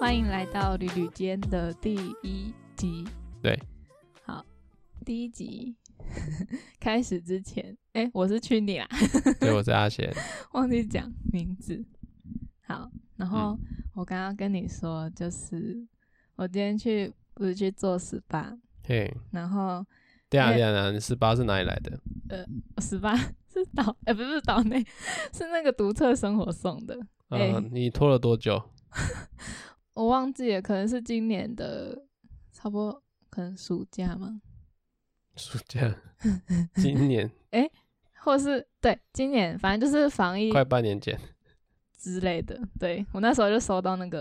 欢迎来到旅旅间的第1集。 对， 好，第1集开始之前，我是去你啦。 对，我是阿贤， 忘记讲名字。好，然后我刚刚跟你说，就是我今天不是去做 SPA， 嘿， 然后对啊，你18是哪里来的 ？18是不是岛内，是那个独特生活送的。 你拖了多久？ 我忘记了，可能是今年的差不多，可能暑假吗？ 暑假？今年？ 或是对，今年反正就是防疫快半年前之类的。对，我那时候就收到那个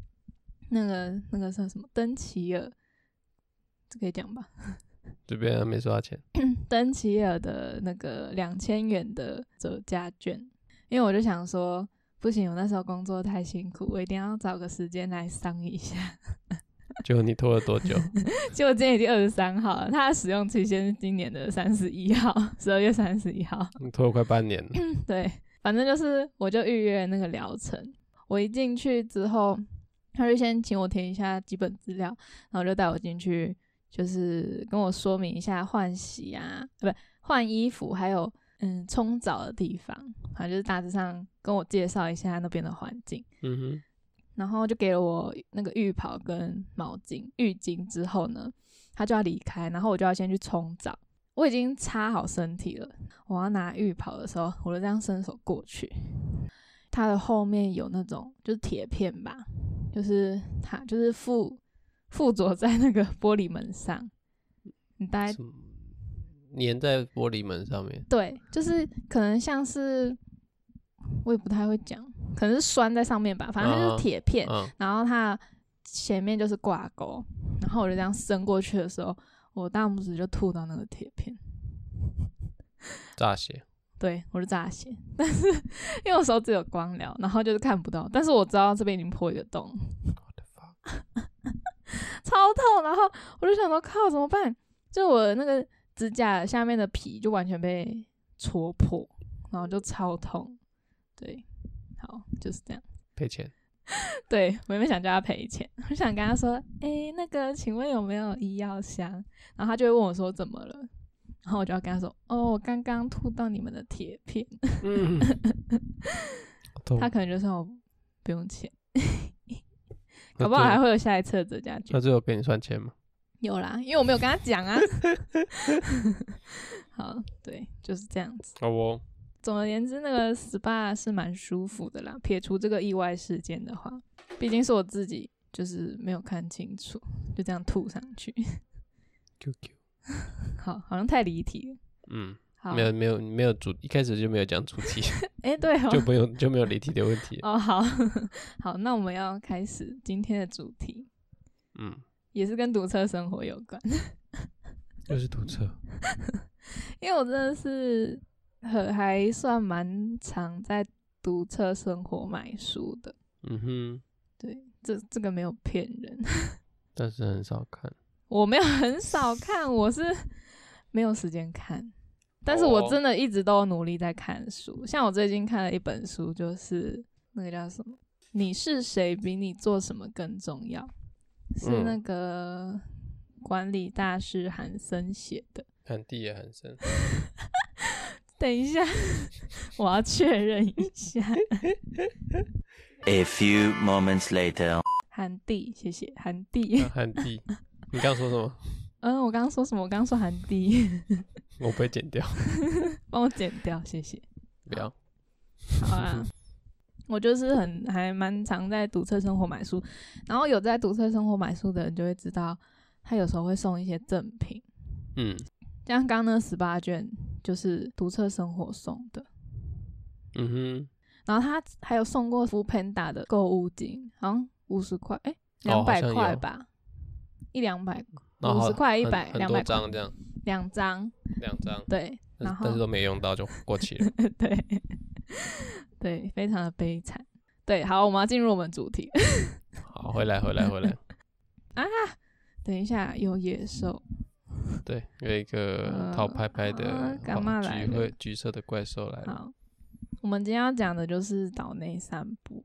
叫什么登奇尔，这可以讲吧？ 这边没收到钱。 登奇尔的那个2000元的折价券，因为我就想说，不行，我那时候工作太辛苦，我一定要找个时间来伤一下。 结果你拖了多久？ 结果今天已经23号了，它的使用期限是今年的31号，12月31号。 你拖了快半年了。 对，反正就是我就预约那个疗程，我一进去之后，他就先请我填一下基本资料，然后就带我进去，就是跟我说明一下换洗啊，不换衣服，还有冲澡的地方，反正就是大致上跟我介绍一下那边的环境。然后就给了我那个浴袍跟毛巾、浴巾之后呢，他就要离开，然后我就要先去冲澡。我已经擦好身体了，我要拿浴袍的时候，我就这样伸手过去，它的后面有那种就是铁片吧，就是它就是附着在那个玻璃门上，你大概粘在玻璃门上面。 对，就是可能像是我也不太会讲，可能是拴在上面吧，反正它就是铁片，然后它前面就是挂钩，然后我就这样伸过去的时候，我大拇指就吐到那个铁片， 炸血。 对，我就炸血，但是因为我手指有光疗，然后就是看不到，但是我知道这边已经破一个洞，超痛，然后我就想说靠怎么办？就我的那个指甲下面的皮就完全被戳破，然后就超痛。对，好，就是这样。赔钱？ 对，我原本想叫他赔钱，我想跟他说，那个，请问有没有医药箱？然后他就会问我说怎么了，然后我就要跟他说，我刚刚吐到你们的铁片。他可能就算我不用钱，搞不好还会有下一次的折价券。 他最后给你算钱吗？ 有啦，因为我没有跟他讲啊。好，对，就是这样子。 好哦。 总而言之，那个 SPA 是蛮舒服的啦，撇除这个意外事件的话，毕竟是我自己就是没有看清楚，就这样吐上去。 QQ 好像太离题了。好， 没有一开始就没有讲主题。 对哦， 就没有离题的问题。 好，那我们要开始今天的主题。也是跟独特生活有关。 又是独特。 因为我真的是还算蛮常在独特生活买书的。对，这个没有骗人。 但是很少看。 我没有很少看，我是没有时间看，但是我真的一直都努力在看书。像我最近看了一本书，就是那个叫什么，你是谁比你做什么更重要，是那个管理大师韩森写的。 韩帝也韩森。 等一下，我要确认一下。 A few moments later， 韩帝，谢谢韩帝。 韩帝，你刚刚说什么？ 我刚刚说什么？我刚刚说韩帝。 我不会剪掉。 帮我剪掉，谢谢。 不要。 好啊。我就是还蛮常在独特生活买书，然后有在独特生活买书的人就会知道，他有时候会送一些赠品。像刚刚那18卷就是独特生活送的。然后他还有送过Foodpanda的购物金，好像50块，200块吧，100-200，50块100，200块， 很多张这样。 2张。对， 但是都没用到就过期了。 对，非常的悲惨。对，好，我们要进入我们主题。 好，回来。 等一下，有野兽。 对，有一个套拍拍的橘色的怪兽来了。 好，我们今天要讲的就是岛内散步。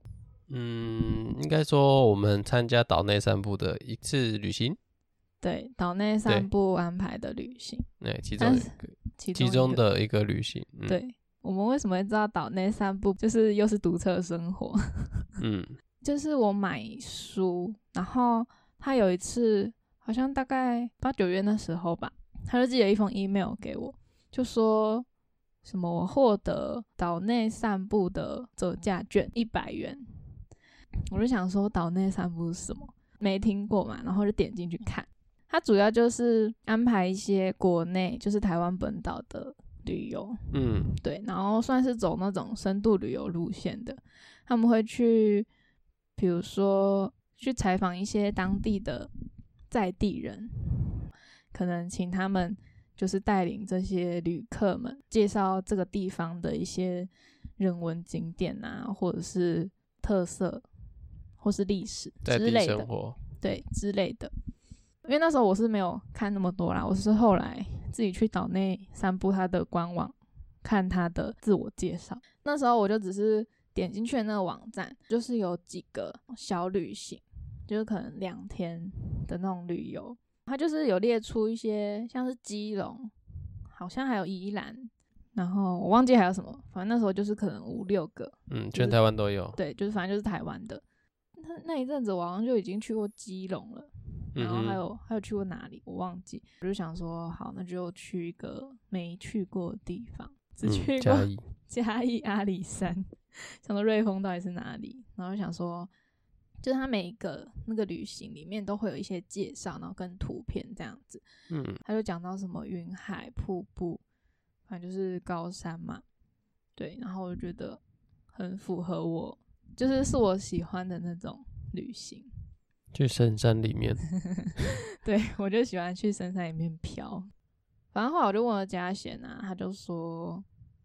应该说我们参加岛内散步的一次旅行。 对，岛内散步安排的旅行， 其中的一个旅行。 对，我们为什么会知道岛内散步，就是又是独特生活。就是我买书，然后他有一次好像大概8、9月那时候吧，他就寄了一封 email 给我，就说什么我获得岛内散步的折价券100元。我就想说岛内散步是什么，没听过嘛，然后就点进去看。它主要就是安排一些国内就是台湾本岛的旅游，对，然后算是走那种深度旅游路线的。他们会去比如说去采访一些当地的在地人，可能请他们就是带领这些旅客们介绍这个地方的一些人文景点啊，或者是特色，或是历史之类的，在地生活，对之类的。因为那时候我是没有看那么多啦，我是后来自己去岛内散步他的官网看他的自我介绍。那时候我就只是点进去的那个网站，就是有几个小旅行，就是可能2天的那种旅游。它就是有列出一些像是基隆，好像还有宜兰，然后我忘记还有什么，反正那时候就是可能5、6个， 全台湾都有。 对，就是反正就是台湾的。那一阵子我好像就已经去过基隆了，然后还有去过哪里我忘记。我就想说好，那就去一个没去过的地方，只去过嘉义阿里山，想说瑞丰到底是哪里，然后想说就是他每一个那个旅行里面都会有一些介绍，然后跟图片这样子。他就讲到什么云海瀑布，反正就是高山嘛，对，然后我就觉得很符合我，就是我喜欢的那种旅行， 去深山里面。 对，我就喜欢去深山里面飘。反正后来我就问了嘉贤啊，他就说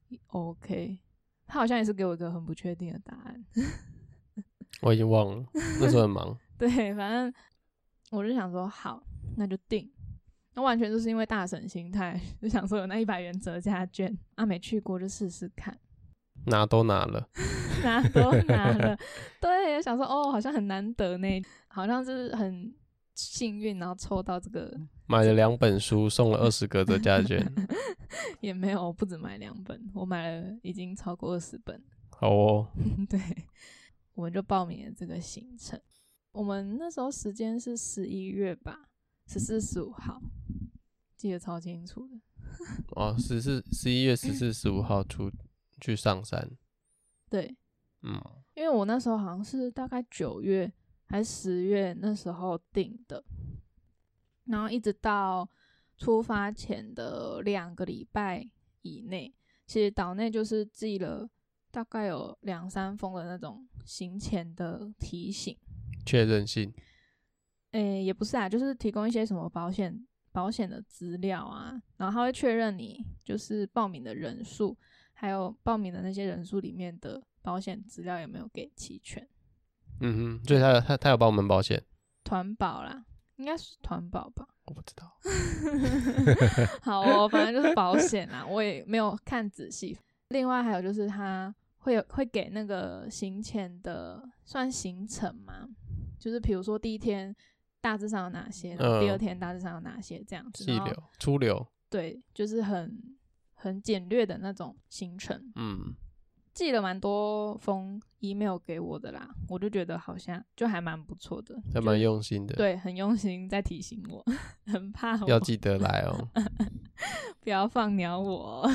OK， 他好像也是给我一个很不确定的答案。 我已经忘了，那时候很忙。 对，反正我就想说好，那就定。那完全就是因为大神心态，就想说有那100元折价券啊，没去过就试试看。 拿都拿了， 拿都拿了，对，想说哦，好像很难得呢，好像是很幸运，然后抽到这个， 买了2本书，送了20个折价券。 也没有，我不止买2本，我买了已经超过20本。 好哦， 对，我们就报名了这个行程。我们那时候时间是11月吧，14、15号，记得超清楚的。 哦，11月14、15号出去上山。 对，因为我那时候好像是大概9月还是10月那时候定的，然后一直到出发前的2个礼拜以内，其实岛内就是寄了大概有2、3封的那种行前的提醒， 确认信。 也不是啊，就是提供一些什么保险的资料啊，然后他会确认你就是报名的人数，还有报名的那些人数里面的保险资料有没有给齐全。 所以他有帮我们保险， 团保啦，应该是团保吧， 我不知道。 好哦，反正就是保险啦，我也没有看仔细。另外还有就是他会给那个行前的算行程嘛，就是比如说第1天大致上有哪些，然后第2天大致上有哪些这样子。 细流、粗流。对， 就是很简略的那种行程。寄了蛮多封 email 给我的啦，我就觉得好像就还蛮不错的， 还蛮用心的。 对，很用心在提醒我，很怕我要记得来哦， 不要放鸟我。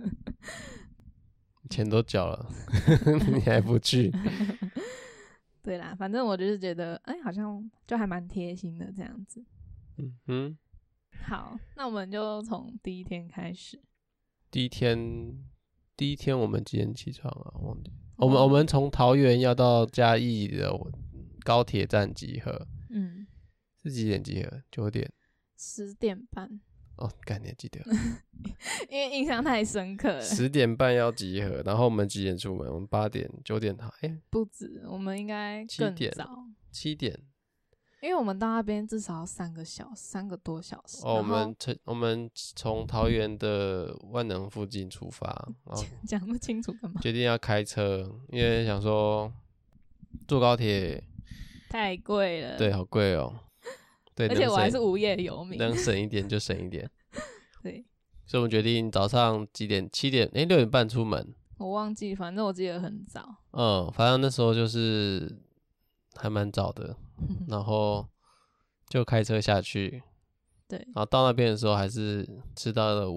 钱都缴了，你还不去？ 对啦，反正我就是觉得，好像就还蛮贴心的这样子。好，那我们就从第1天开始。 第一天我们几点起床啊？忘记。我们从桃园要到嘉义的高铁站集合。是几点集合？9点。 10点半。 哦，干，你还记得？ 因为印象太深刻了。 10点半要集合，然后我们几点出门？我们8点、9点到。 不止，我们应该更早。 7点。 因为我们到那边至少要3个多小时。 我们从桃园的万能附近出发，然后讲不清楚干嘛？ 决定要开车，因为想说坐高铁太贵了。 对，好贵哦。对， 而且我还是无业游民， 能省一点就省一点。 对， 所以我们决定早上几点？7点，6点半出门。 我忘记，反正我记得很早。 反正那时候就是还蛮早的，然后就开车下去。 对， 然后到那边的时候还是迟到了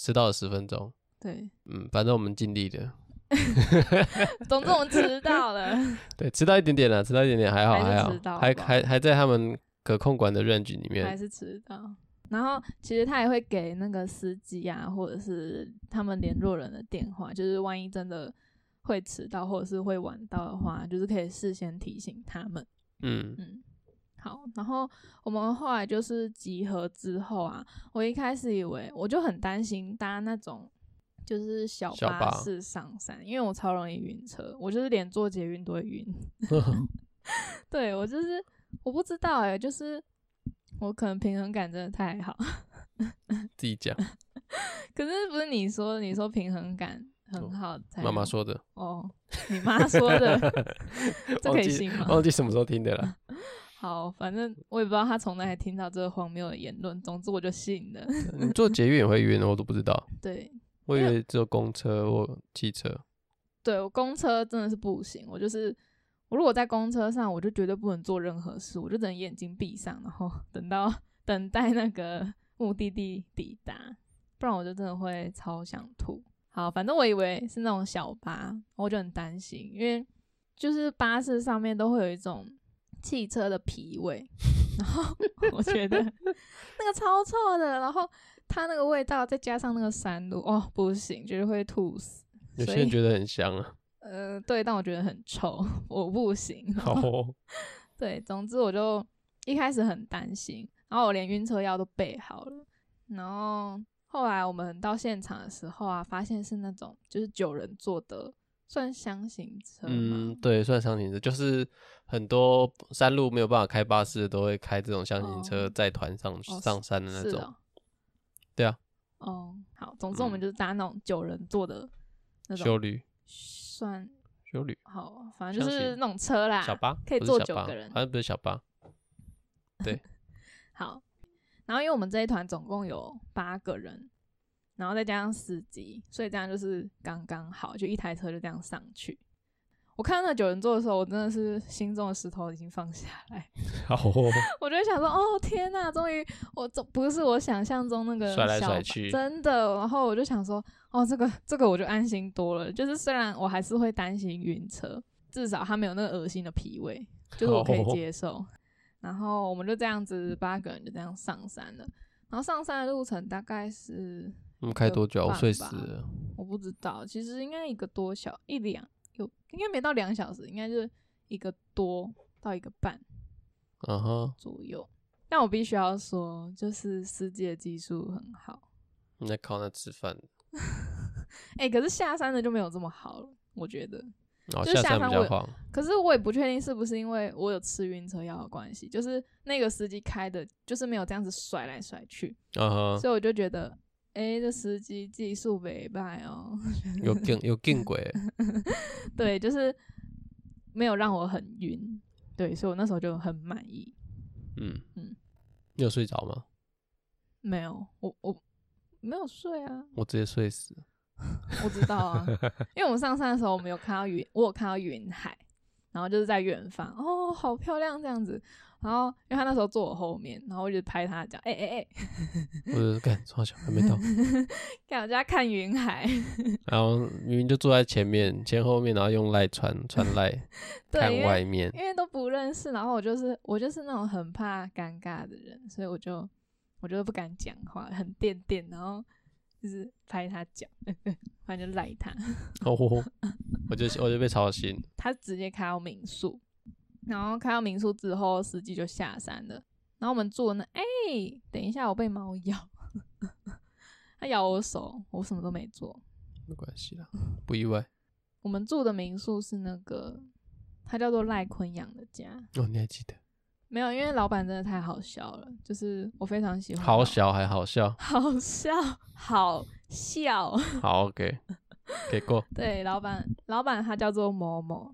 10分钟。 对， 反正我们尽力了。 总之我们迟到了。 对，迟到一点点了，还好，还在他们可控管的 range 里面， 还是迟到。然后其实他也会给那个司机啊，或者是他们联络人的电话，就是万一真的会迟到或者是会晚到的话，就是可以事先提醒他们。好，然后我们后来就是集合之后啊，我一开始以为我就很担心搭那种就是小巴士上山，因为我超容易晕车，我就是连坐捷运都会晕。对，我就是我不知道就是我可能平衡感真的太好。 自己讲。 可是不是你说平衡感很好才妈妈说的哦，你妈说的。这可以信吗？ 忘记什么时候听的了。 好，反正我也不知道他从哪里听到这个荒谬的言论，总之我就信了。 你坐捷运也会晕，我都不知道。 对， 我以为只有公车或汽车。 对，我公车真的是不行，我如果在公车上，我就绝对不能做任何事，我就只能眼睛闭上，然后等待那个目的地抵达，不然我就真的会超想吐。好，反正我以为是那种小巴，我就很担心，因为就是巴士上面都会有一种汽车的皮味，然后我觉得那个超臭的，然后它那个味道再加上那个山路，不行，绝对会吐死。 有些人觉得很香啊。 对，但我觉得很臭，我不行。对，总之我就一开始很担心，然后我连晕车药都备好了，然后后来我们到现场的时候啊，发现是那种就是9人座的，算厢型车吗？ 对，算厢型车，就是很多山路没有办法开巴士的都会开这种厢型车载团上山的那种。对啊。 好，总之我们就是搭那种9人座的那种休旅， 算休旅。 好，反正就是那种车啦， 小巴可以坐9个人， 好像不是小巴。对。 好，然后因为我们这一团总共有8个人，然后再加上司机，所以这样就是刚刚好，就一台车就这样上去。我看到那9人座的时候，我真的是心中的石头已经放下来。我就想说，天哪，终于不是我想象中那个甩来甩去， 真的。然后我就想说，这个我就安心多了。就是虽然我还是会担心晕车，至少它没有那个恶心的脾胃，就是我可以接受。然后我们就这样子8个人就这样上山了。然后上山的路程大概是我们开多久？我睡死了。 我不知道，其实应该1个多小1-2。应该没到2小时，应该就是1个多到1个半左右。但我必须要说，就是司机的技术很好。 你在靠那吃饭？ 可是下山的就没有这么好了，我觉得。就是下山比较晃。 可是我也不确定是不是因为我有吃晕车药的关系，就是那个司机开的，就是没有这样子甩来甩去，所以我就觉得。这司机技术不错哦， 有劲鬼。 对，就是没有让我很晕，对，所以我那时候就很满意。 你有睡着吗？ 没有，我没有睡啊， 我直接睡死。 我知道啊，因为我们上山的时候，我有看到云海，然后就是在远方，好漂亮这样子。然后因为他那时候坐我后面，然后我就拍他脚， 我就干，超小还没到， 干我就要看云海， 然后明明就坐在前后面，然后用赖传赖看外面， 因为都不认识，然后我就是那种很怕尴尬的人，所以我就不敢讲话，很垫，然后就是拍他脚，反正就赖他， 我就被吵醒， 他直接开到民宿。然后开到民宿之后，司机就下山了。然后我们住的等一下我被猫咬，它咬我手，我什么都没做， 没关系啦，不意外。 我们住的民宿是那个，它叫做赖坤养的家。 你还记得？ 没有，因为老板真的太好笑了，就是我非常喜欢。 好小还好笑？ 好笑，好笑。 好 ，OK， 给过。 对，老板他叫做某某。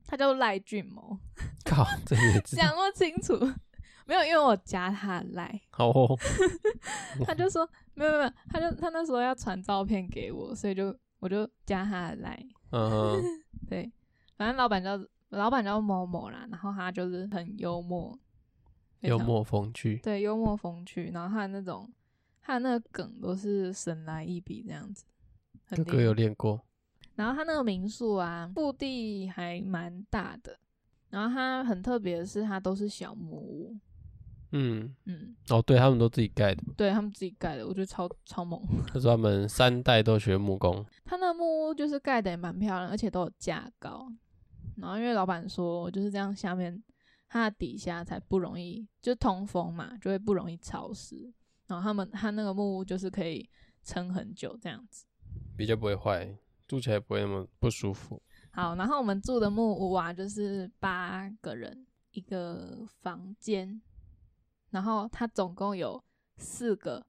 他叫赖俊谋。 靠，这你也知道？ 讲那么清楚？没有，因为我加他的赖。 好哦。 他就说没有，他那时候要传照片给我，所以我就加他的赖。对，反正老板叫某某啦，然后他就是很幽默， 幽默风趣。 对，幽默风趣，然后他的那个梗都是神来一笔这样子。 哥哥有练过。 然后他那个民宿啊，腹地还蛮大的，然后他很特别的是，他都是小木屋。哦，对，他们都自己盖的。 对，他们自己盖的，我觉得超猛。 他说他们3代都学木工。 他那个木屋就是盖的也蛮漂亮，而且都有架高。然后因为老板说就是这样，下面它的底下才不容易，就通风嘛，就会不容易潮湿。然后他那个木屋就是可以撑很久这样子， 比较不会坏，住起来不会那么不舒服。 好，然后我们住的木屋啊，就是8个人一个房间，然后它总共有4个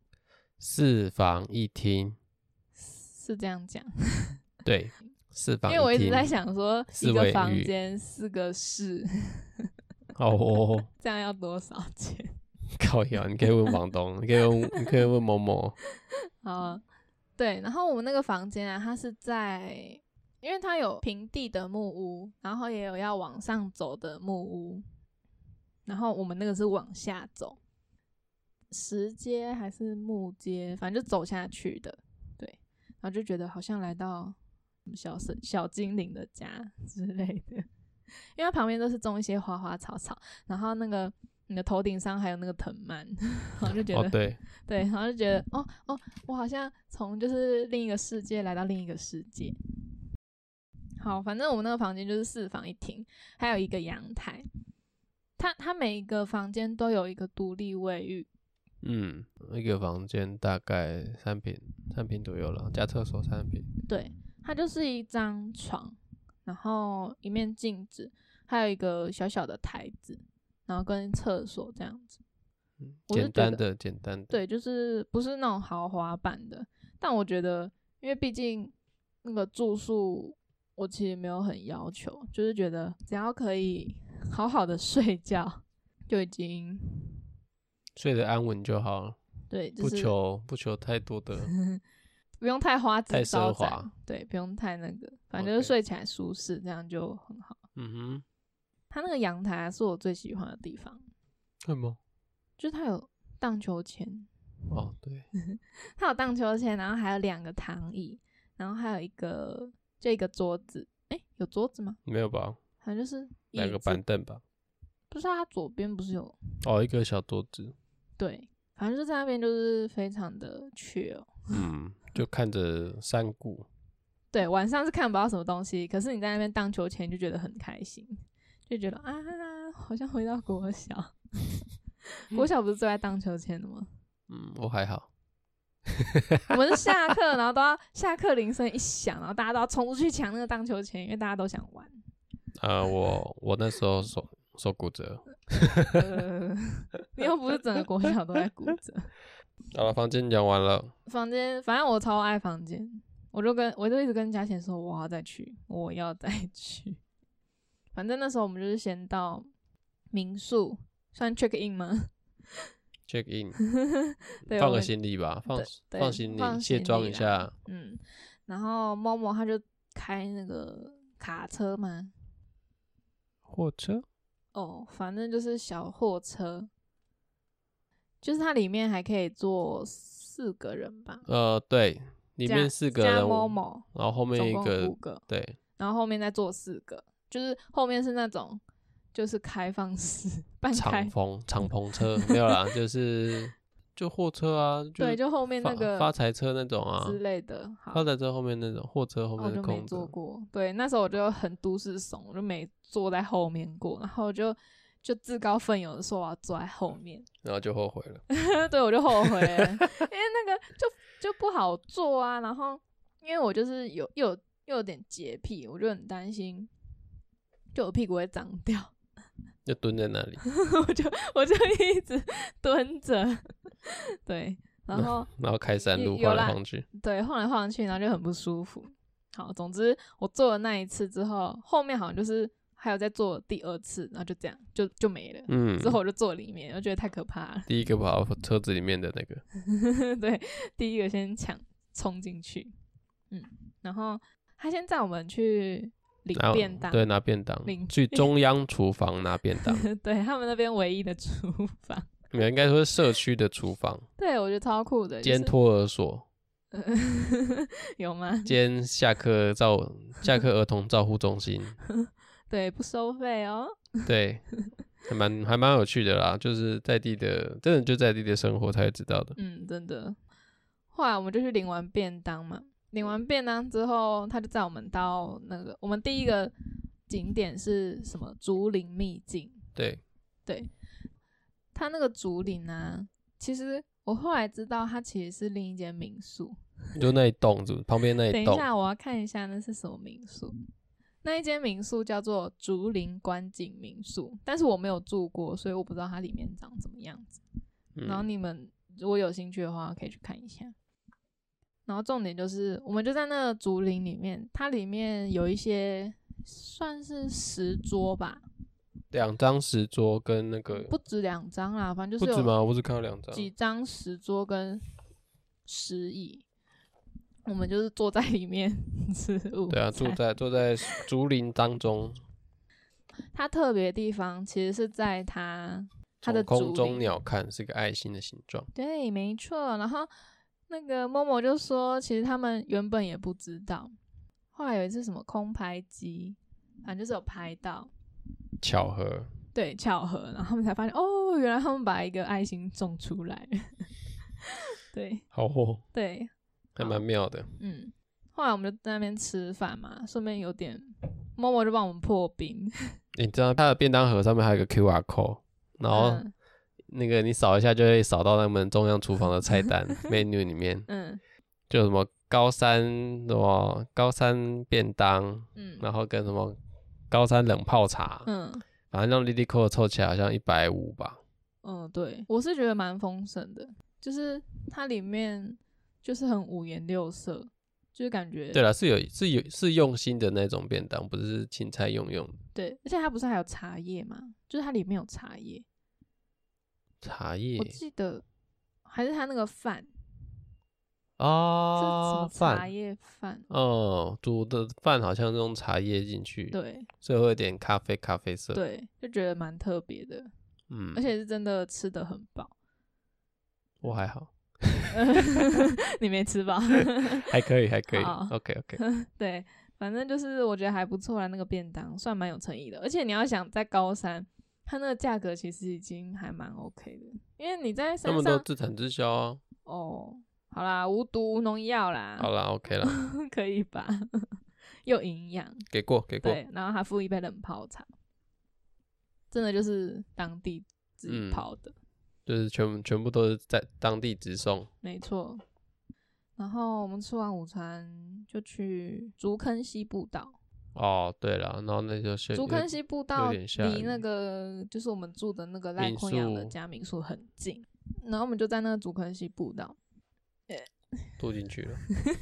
，4房1厅， 是这样讲？ 对，4房1厅。 因为我一直在想说，一个房间4个室， 哦， 这样要多少钱？ 靠腰，你可以问房东，你可以问某某。 好，对，然后我们那个房间啊，它是在，因为它有平地的木屋，然后也有要往上走的木屋，然后我们那个是往下走，石阶还是木阶，反正就走下去的，对，然后就觉得好像来到小精灵的家之类的，因为它旁边都是种一些花花草草，然后你的头顶上还有那个藤蔓，然后就觉得对， 然后就觉得我好像从就是另一个世界来到另一个世界。好，反正我们那个房间就是4房1厅，还有一个阳台。它每一个房间都有一个独立卫浴。 一个房间大概3坪左右了，加厕所3坪。 对，它就是一张床，然后一面镜子，还有一个小小的台子。然后跟厕所这样子，简单的。对，就是不是那种豪华版的，但我觉得，因为毕竟那个住宿，我其实没有很要求，就是觉得只要可以好好的睡觉，就已经睡得安稳就好了。 对，就是不求太多的， 不用太花枝招展， 太奢华， 对，不用太那个，反正就是睡起来舒适，这样就很好。它那个阳台是我最喜欢的地方。 为什么？ 就是它有荡秋千。 哦，对， 它有荡秋千，然后还有2个躺椅，然后还有一个桌子。有桌子吗？ 没有吧？ 好像就是 2个板凳吧。 不是，它左边不是有？ 一个小桌子。 对，反正就在那边就是非常的chill。 就看着山谷。 对，晚上是看不到什么东西，可是你在那边荡秋千就觉得很开心。就觉得好像回到国小。国小不是最爱荡秋千的吗？ 我还好。 我们是下课，然后都要下课铃声一响，然后大家都要冲出去抢那个荡秋千，因为大家都想玩。 我那时候手骨折。 你又不是整个国小都在骨折。 好了，房间讲完了。 房间，反正我超爱房间，我就一直跟嘉贤说，我要再去。反正那时候我们就是先到民宿，算 check in 吗 ？check in， 放个行李吧，放行李，卸妆一下。 然后某某他就开那个卡车嘛， 货车？ 反正就是小货车，就是它里面还可以坐4个人吧？ 对，里面4个人， 加某某， 然后后面一个 5个， 对， 然后后面再坐4个。就是后面是那种就是开放式半开敞篷车没有啦，就货车啊， 对，就后面那个发财车那种啊之类的。 发财车后面那种货车后面的空的， 我就没坐过。对，那时候我就很都市怂，我就没坐在后面过，然后就自告奋勇的说我要坐在后面， 然后就后悔了。 对，我就后悔了，因为那个就不好坐啊。然后因为我就是又有点洁癖，我就很担心。就我屁股会脏掉， 就蹲在那里， 我就一直蹲着，对，然后开山路晃来晃去， 对，晃来晃去，然后就很不舒服。 好，总之我做了那一次之后，后面好像就是还有再做第2次，然后就这样就没了。之后我就坐里面，我觉得太可怕了。 第一个跑到车子里面的那个， 对，第一个先冲进去。然后他先载我们去领便当， 对，拿便当，去中央厨房拿便当。 对，他们那边唯一的厨房， 没有，应该说是社区的厨房。 对，我觉得超酷的， 兼托儿所。 有吗？ 兼下课儿童照护中心。 对，不收费哦。 对，还蛮有趣的啦，就是在地的，真的就在地的生活才会知道的。 真的。后来我们就去领完便当嘛，领完便当之后，他就载我们到那个我们第一个景点是什么？竹林秘境。对，他那个竹林啊，其实我后来知道，它其实是另一间民宿。 就那一栋，旁边那一栋。 等一下，我要看一下那是什么民宿。那一间民宿叫做竹林观景民宿，但是我没有住过，所以我不知道它里面长怎么样子。然后你们如果有兴趣的话，可以去看一下。然后重点就是，我们就在那个竹林里面，它里面有一些算是石桌吧 ，2张石桌跟那个不止2张啦，反正就是不止吗？我只看到2张， 几张石桌跟石椅。我们就是坐在里面吃午餐。 对啊，坐在竹林当中。 它特别的地方其实是在它的竹林， 空中鸟瞰是个爱心的形状。 对，没错。然后那个默默就说，其实他们原本也不知道，后来有一次什么空拍机，反正就是有拍到， 巧合。 对，巧合，然后他们才发现，哦，原来他们把一个爱心种出来。对， 好哦， 对。 还蛮妙的。 后来我们就在那边吃饭嘛，顺便有点默默就帮我们破冰。 你知道他的便当盒上面还有一个 QR code， 然后那个你扫一下就会扫到他们中央厨房的菜单menu 里面，就什么高山便当，然后跟什么高山冷泡茶，反正让莉莉扣凑起来好像150吧。 对，我是觉得蛮丰盛的，就是它里面就是很五颜六色，就是感觉对啦，是用心的那种便当，不是青菜用的。 对，而且它不是还有茶叶吗？就是它里面有茶叶。 茶叶， 我记得还是它那个饭啊， 是什么茶叶饭？ 煮的饭好像是用茶叶进去， 对， 所以会有点咖啡色。 对，就觉得蛮特别的。而且是真的吃得很饱。 我还好。 你没吃饱？ 还可以。OK。 对，反正就是我觉得还不错啦，那个便当算蛮有诚意的。而且你要想在高山，它那个价格其实已经还蛮 OK 的，因为你在山上他们都自产自销啊。 好啦，无毒无农药啦。 好啦 OK 啦。 可以吧？又营养。 给过。 对，然后还附一杯冷泡茶，真的就是当地自己泡的。 就是全部都是在当地直送。没错。然后我们吃完午餐就去竹坑西步道。 对了，然后那就是竹坑西步道离那个就是我们住的那个赖坤阳的家民宿很近，然后我们就在那个竹坑西步道坐进去了。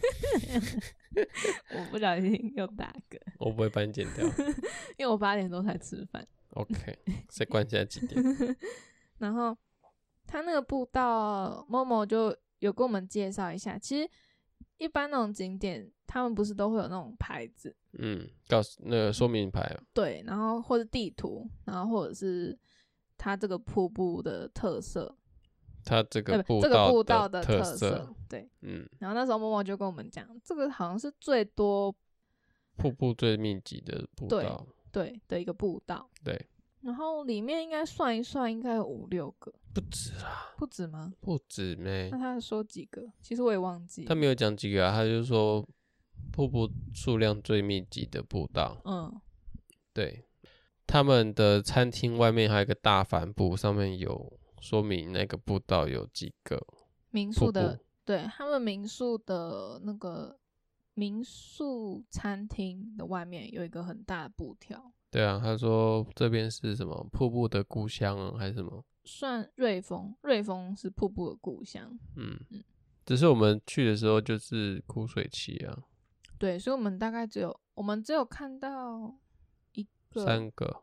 我不小心又打嗝。 我不会把你剪掉。 因为我8点多才吃饭。 OK， 所以关现在几点？ 然后他那个步道，Momo 就有跟我们介绍一下。其实一般那种景点，他们不是都会有那种牌子， 告诉那个说明牌。 对，然后或者地图，然后或者是它这个瀑布的特色， 它这个步道的特色， 对，然后那时候Momo就跟我们讲，这个好像是最多瀑布最密集的步道， 对的一个步道， 对。 然后里面应该算一算，应该有5-6个。 不止啦。 不止吗？ 不止咩？ 那他说几个？其实我也忘记了。 他没有讲几个啊，他就说瀑布数量最密集的步道。对。他们的餐厅外面还有一个大帆布，上面有说明那个步道有几个民宿的，对，他们民宿的那个民宿餐厅的外面有一个很大的布条。 对啊，他说这边是什么瀑布的故乡还是什么？ 算瑞丰是瀑布的故乡。 只是我们去的时候就是枯水期啊。 对，所以我们大概只有看到三个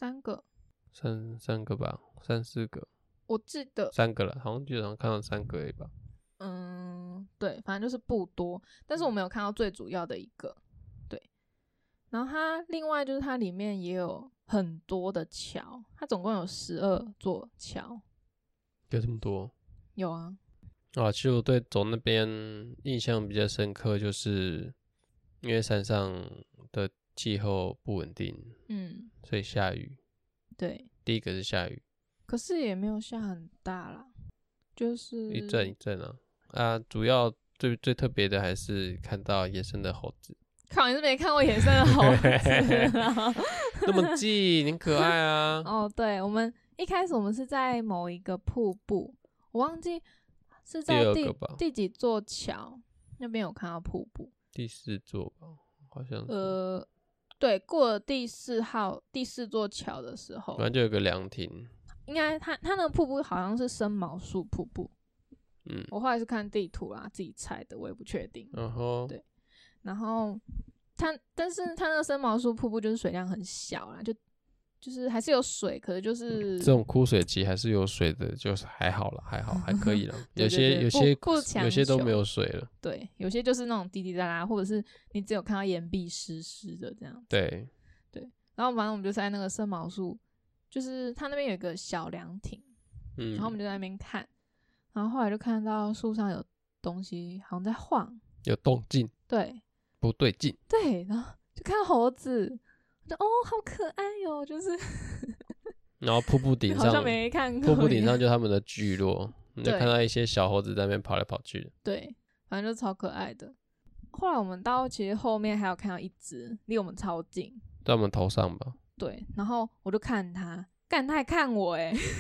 吧，3-4个， 我记得 3个了，好像基本上看到3个而已吧。 对，反正就是不多，但是我没有看到最主要的一个。对，然后它另外就是它里面也有很多的桥，它总共有12座桥。 有这么多？ 有啊。 其实我对走那边印象比较深刻，就是因为山上的气候不稳定，所以下雨。 对， 第一个是下雨， 可是也没有下很大啦，就是一阵一阵啊。主要最特别的还是看到野生的猴子。 靠，你是没看过野生的猴子那么近，很可爱啊。 对，我们一开始我们是在某一个瀑布，我忘记是在第几座桥那边有看到瀑布。 第4座吧，好像是。 对，过了第4座桥的时候， 反正就有个凉亭。 应该它那个瀑布好像是生毛树瀑布。我后来是看地图啦，自己猜的，我也不确定。对，然后但是它那个生毛树瀑布就是水量很小啦，就是还是有水，可是就是这种枯水期还是有水的，就是还好啦，还可以啦。有些都没有水了。 对，有些就是那种滴滴答答，或者是你只有看到岩壁湿湿的这样子。 对， 然后反正我们就在那个生毛树，就是它那边有一个小凉亭，然后我们就在那边看，然后后来就看到树上有东西好像在晃， 有动静， 对， 不对劲， 对，然后就看到猴子，就好可爱哟，就是然后瀑布顶上好像没看过， 瀑布顶上就他们的聚落，你就看到一些小猴子在那边跑来跑去的。 对，反正就超可爱的。后来我们到其实后面还有看到一只离我们超近， 在我们头上吧。 对，然后我就看它，他还看我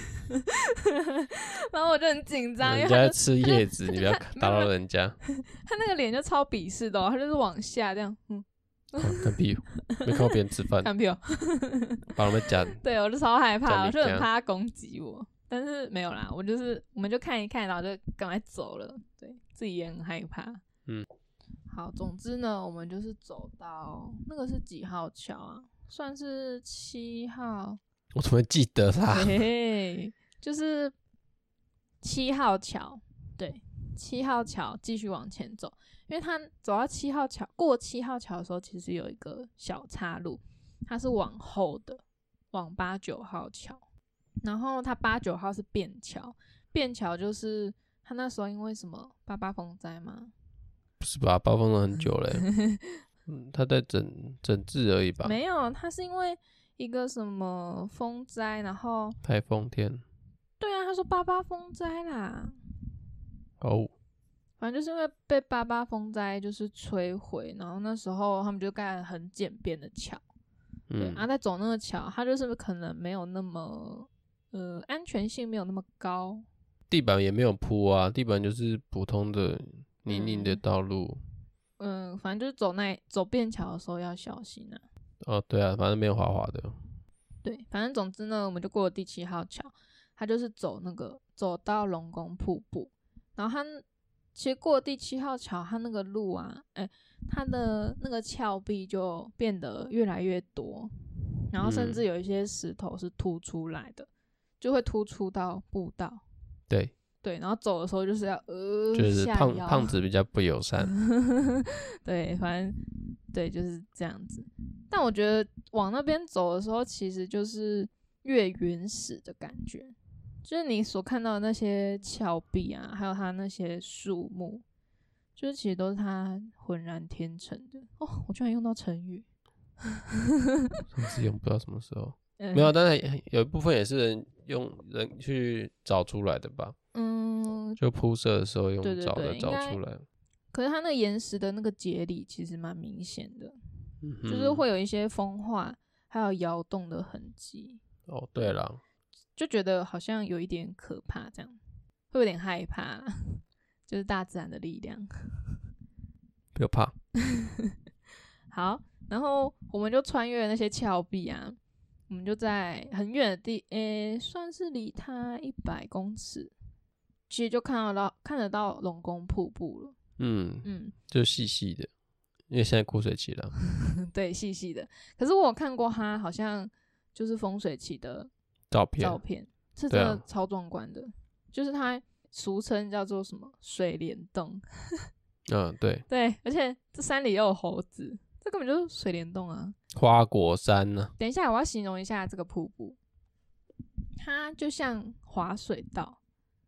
然后我就很紧张， 人家在吃叶子，你不要打扰人家。 他那个脸就超鄙视的他就是往下这样， 看屁股，没看过别人吃饭， 看屁股， 把他们夹。 对，我就超害怕，我就很怕他攻击我，但是没有啦，我们就看一看，然后就赶快走了，对自己也很害怕。好，总之呢，我们就是走到那个是几号桥啊？算是7号。 我怎么记得啦？ 就是7号桥，对，7号桥继续往前走，因为他走到7号桥，过7号桥的时候，其实有一个小岔路，它是往后的，往8、9号桥，然后它8、9号是便桥，便桥就是他那时候因为什么88风灾吗？ 不是吧，8风了很久了他在整治而已吧？ 没有，他是因为一个什么风灾，然后台风天。 对啊，他说88风灾啦。反正就是因为被88风灾就是摧毁，然后那时候他们就盖了很简便的桥。对，然后再走那个桥，它就是可能没有那么安全性没有那么高， 地板也没有铺啊，地板就是普通的泥泞的道路。 反正就是走便桥的时候要小心啊。 对啊，反正没有滑滑的。 对，反正总之呢，我们就过了第7号桥，它就是走到龙宫瀑布，然后它其实过了第7号桥，它那个路啊，它的那个峭壁就变得越来越多，然后甚至有一些石头是凸出来的，就会突出到步道。对，然后走的时候就是要就是胖子比较不友善。 对，反正对就是这样子。但我觉得往那边走的时候，其实就是越原始的感觉，就是你所看到的那些峭壁啊，还有它那些树木，就是其实都是它浑然天成的。我居然用到成语， 上次用不知道什么时候。没有，但是有一部分也是人去找出来的吧。就铺设的时候用找出来。 可是它那个岩石的那个节理其实蛮明显的，就是会有一些风化还有摇动的痕迹。 对啦， 就觉得好像有一点可怕，这样会有点害怕，就是大自然的力量。 不要怕。 好，然后我们就穿越那些峭壁啊，我们就在很远的算是离它100公尺，其实就看得到龙宫瀑布了。 就细细的， 因为现在枯水期了。 对，细细的。可是我有看过它好像就是风水期的照片是真的超壮观的，就是它俗称叫做什么水帘洞。 对对，而且这山里又有猴子，这根本就是水帘洞啊。 花果山呢？ 等一下，我要形容一下这个瀑布，它就像滑水道。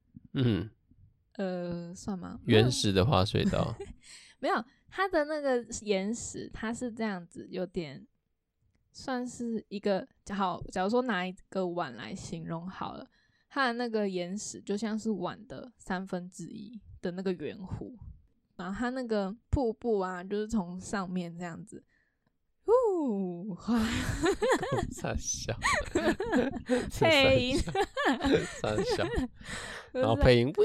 算吗？ 原始的滑水道。 没有，它的那个岩石，它是这样子，有点算是一个好。假如说拿一个碗来形容好了，它的那个岩石就像是碗的1/3的那个圆弧，然后它那个瀑布啊，就是从上面这样子。哇！ 三小配音， 三小，然后配音喂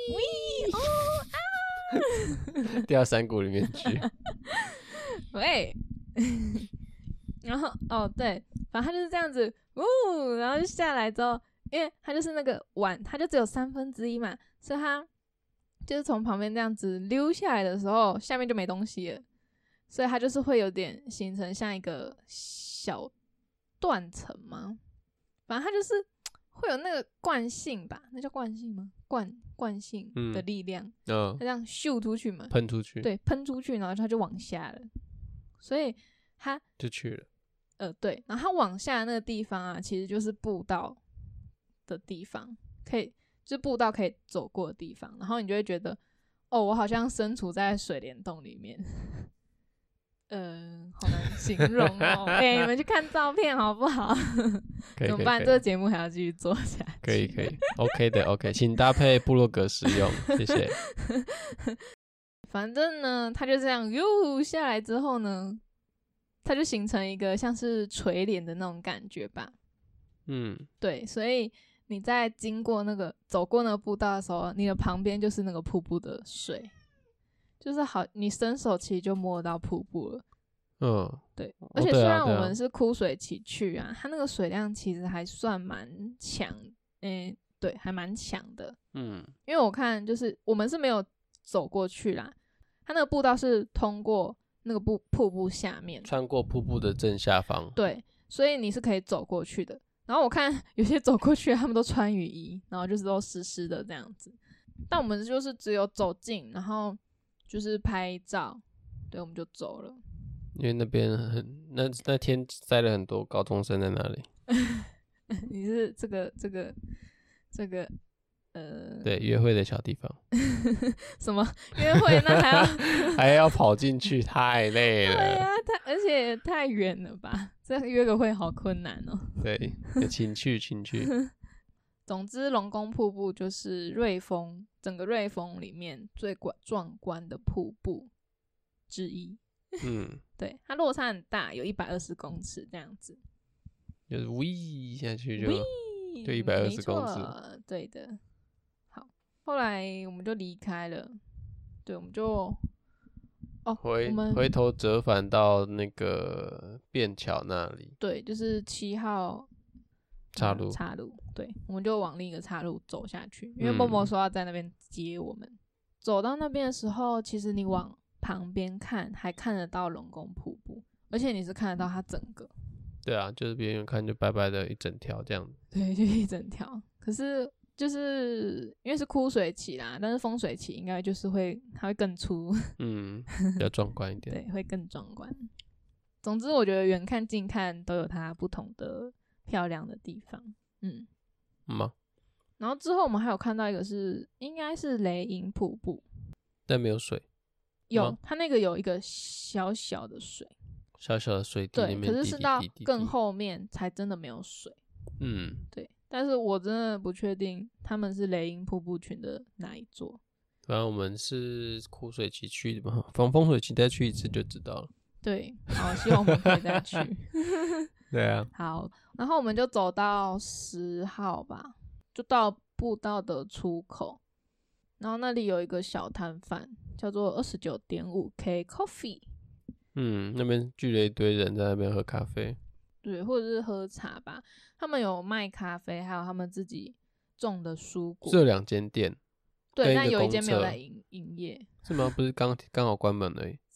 掉山谷里面去。 喂，然后对，反正它就是这样子，然后就下来之后，因为它就是那个碗，它就只有1/3嘛，所以它就是从旁边这样子溜下来的时候，下面就没东西了。所以它就是会有点形成像一个小断层吗？反正它就是会有那个惯性吧，那叫惯性吗？惯性的力量，它这样咻出去嘛， 喷出去， 对，喷出去，然后它就往下了，所以它就去了。 对，然后它往下的那个地方啊，其实就是步道的地方，就是步道可以走过的地方，然后你就会觉得，我好像身处在水帘洞里面。好难形容哦。你们去看照片好不好？怎么办？这个节目还要继续做下去？ 可以，OK 的 ，OK， 请搭配部落格使用，谢谢。 反正呢，它就这样下来之后呢，它就形成一个像是垂帘的那种感觉吧。对，所以你在走过那个步道的时候，你的旁边就是那个瀑布的水。就是好，你伸手其实就摸到瀑布了。对，而且虽然我们是枯水期去啊，它那个水量其实还算蛮强，对，还蛮强的。因为我看就是我们是没有走过去啦，它那个步道是通过那个瀑布下面， 穿过瀑布的正下方。 对，所以你是可以走过去的。然后我看有些走过去他们都穿雨衣，然后就是都湿湿的这样子，但我们就是只有走近，然后就是拍照，对，我们就走了。 因为那边那天塞了很多高中生在那里。 你是这个对，约会的小地方。 什么约会？那还要跑进去，太累了。 对啊，而且也太远了吧？这约个会好困难哦。 对，请去。 总之，龙宫瀑布就是整个瑞丰里面最壮观的瀑布之一。对，它落差很大，有120公尺这样子， 就是喂下去就120公尺， 对的。好，后来我们就离开了，对，我们就回头折返到那个便桥那里， 对，就是7号岔路，对，我们就往另一个岔路走下去，因为默默说要在那边接我们。走到那边的时候，其实你往旁边看还看得到龙宫瀑布，而且你是看得到它整个。 对啊，就是别人看就白白的一整条这样子。 对，就一整条。可是就是因为是枯水期啦，但是风水期应该就是它会更粗， 比较壮观一点。 对，会更壮观。总之，我觉得远看近看都有它不同的漂亮的地方。然后之后我们还有看到一个应该是雷音瀑布， 但没有水。 有，它那个有一个小小的水， 小小的水滴， 对，可是是到更后面才真的没有水。对，但是我真的不确定他们是雷音瀑布群的哪一座。 反正我们是枯水期去的嘛，防风水期再去一次就知道了。 对，好，希望我们可以再去。 对啊。 好，然后我们就走到10号吧，就到步道的出口，然后那里有一个小摊贩，叫做29.5K Coffee。 那边聚了一堆人在那边喝咖啡， 对，或者是喝茶吧。他们有卖咖啡，还有他们自己种的蔬果。 这2间店， 对，但有一间没有在营业， 是吗？不是刚好关门而已。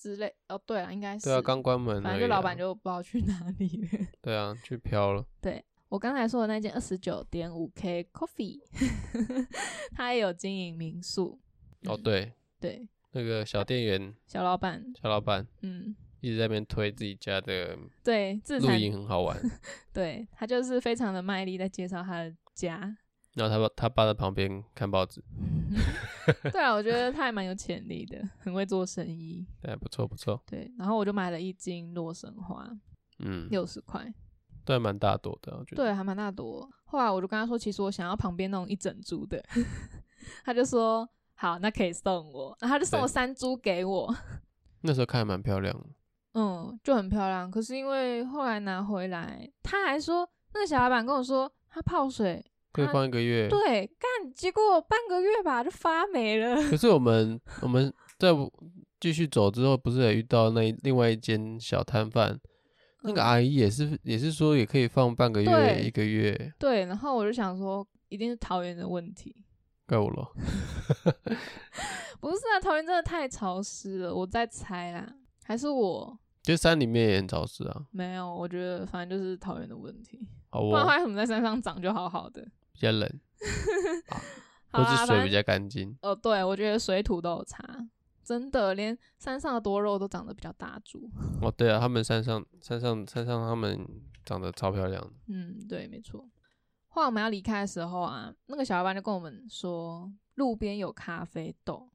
之类。哦，对啊，应该是。 对啊，刚关门而已啊， 反正就老板就不知道去哪里了。 对啊，去飘了。 对，我刚才说的那间29.5K Coffee 他也有经营民宿。 哦，对对， 那个小店员小老板一直在那边推自己家的对露营很好玩。 对，他就是非常的卖力在介绍他的家。 然后他爸在旁边看报纸。 对啊，我觉得他还蛮有潜力的，很会做生意。 对，不错不错。 对，然后我就买了1斤洛神花，60块。 对，蛮大朵的，我觉得。 对，还蛮大朵。后来我就跟他说，其实我想要旁边那种一整株的，他就说好，那可以送我，然后他就送我3株给我。 那时候看还蛮漂亮的。 就很漂亮。可是因为后来拿回来，他还说那个小老板跟我说，他泡水可以放1个月。 对，结果半个月吧就发霉了。 可是我们在继续走之后，不是也遇到另外一间小摊贩，那个阿姨也是说也可以放半个月1个月。 对，然后我就想说，一定是桃园的问题。 怪我了。 不是啊，桃园真的太潮湿了，我在猜啦，还是我。 就山里面也很潮湿啊。 没有，我觉得反正就是桃园的问题。 好不然为什么在山上长就好好的？ 比较冷。或是水比较干净。 对，我觉得水土都有差，真的，连山上的多肉都长得比较大株。 对啊，他们山上他们长得超漂亮。 对，没错。后来我们要离开的时候啊，那个小老板就跟我们说，路边有咖啡豆。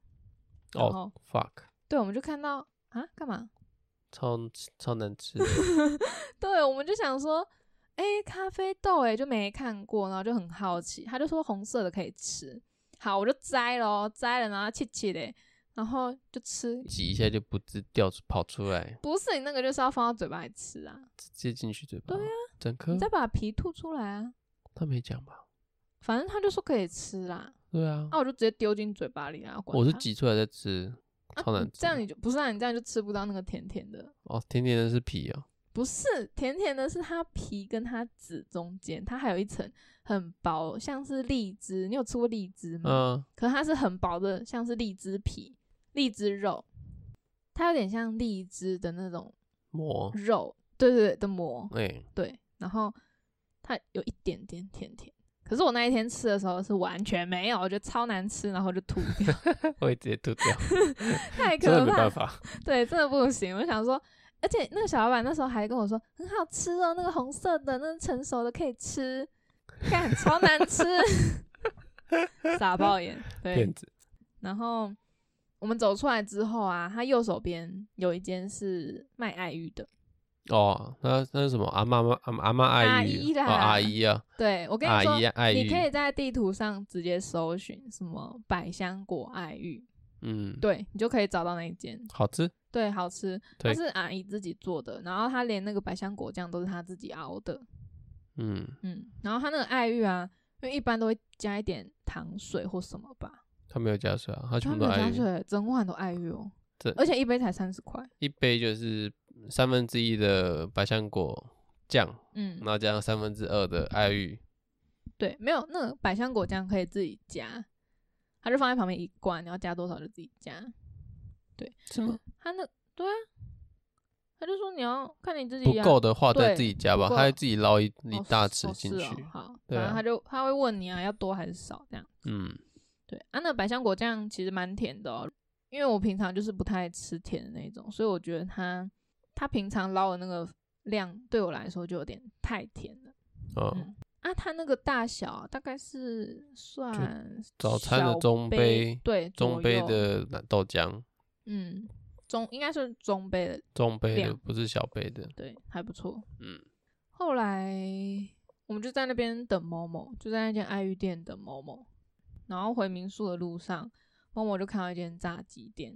fuck。 对，我们就看到啊，干嘛？ 超难吃。 对，我们就想说，咖啡豆就没看过，然后就很好奇。他就说红色的可以吃，好，我就摘了，然后切的，然后就吃， 挤一下就不知跑出来。 不是，你那个就是要放到嘴巴里吃啊， 直接进去嘴巴。 对啊， 整颗。 你再把皮吐出来啊。 他没讲吧？ 反正他就说可以吃啦。 对啊， 我就直接丢进嘴巴里啊。 我是挤出来再吃。超难吃。 这样你就不是你这样就吃不到那个甜甜的。 甜甜的是皮哦。 不是，甜甜的是它皮跟它籽中间，它还有一层很薄，像是荔枝。你有吃过荔枝吗？可是它是很薄的，像是荔枝皮、荔枝肉，它有点像荔枝的那种膜肉，对的膜。 对， 然后它有一点点甜甜。可是我那一天吃的时候是完全没有，我觉得超难吃，然后就吐掉。 我会直接吐掉。 太可怕， 真的没办法。 对，真的不行。我想说，而且那个小老板那时候还跟我说很好吃哦，那个红色的那成熟的可以吃，干超难吃。傻爆眼。对， 骗子。 然后我们走出来之后啊，他右手边有一间是卖爱玉的。 那是什么？阿妈爱玉啦。阿姨啊。 对，我跟你说， 阿姨你可以在地图上直接搜寻什么百香果爱玉。对，你就可以找到那一间。 好吃。 对，好吃。它是阿姨自己做的，然后她连那个百香果酱都是她自己熬的。然后她那个爱玉啊，因为一般都会加一点糖水或什么吧。 他没有加水啊，他全部都爱玉。他没有加水，整碗都爱玉哦。而且一杯才30块。 一杯就是1/3的百香果酱，然后加上2/3的爱玉。对， 没有那个百香果酱可以自己加，他就放在旁边一罐，你要加多少就自己加。对， 是吗？ 对啊，他就说你要看你自己不够的话再自己加吧，他会自己捞一大匙进去。 好，反正他会问你啊，要多还是少这样。对啊，那百香果酱其实蛮甜的哦，因为我平常就是不太吃甜的那种，所以我觉得他平常捞的那个量对我来说就有点太甜了。它那个大小大概是算早餐的中杯， 对， 中杯的豆浆。 应该是中杯的，不是小杯的。 对，还不错。后来我们就在那边等某某，就在那间爱玉店等某某，然后回民宿的路上，某某就看到一间炸鸡店，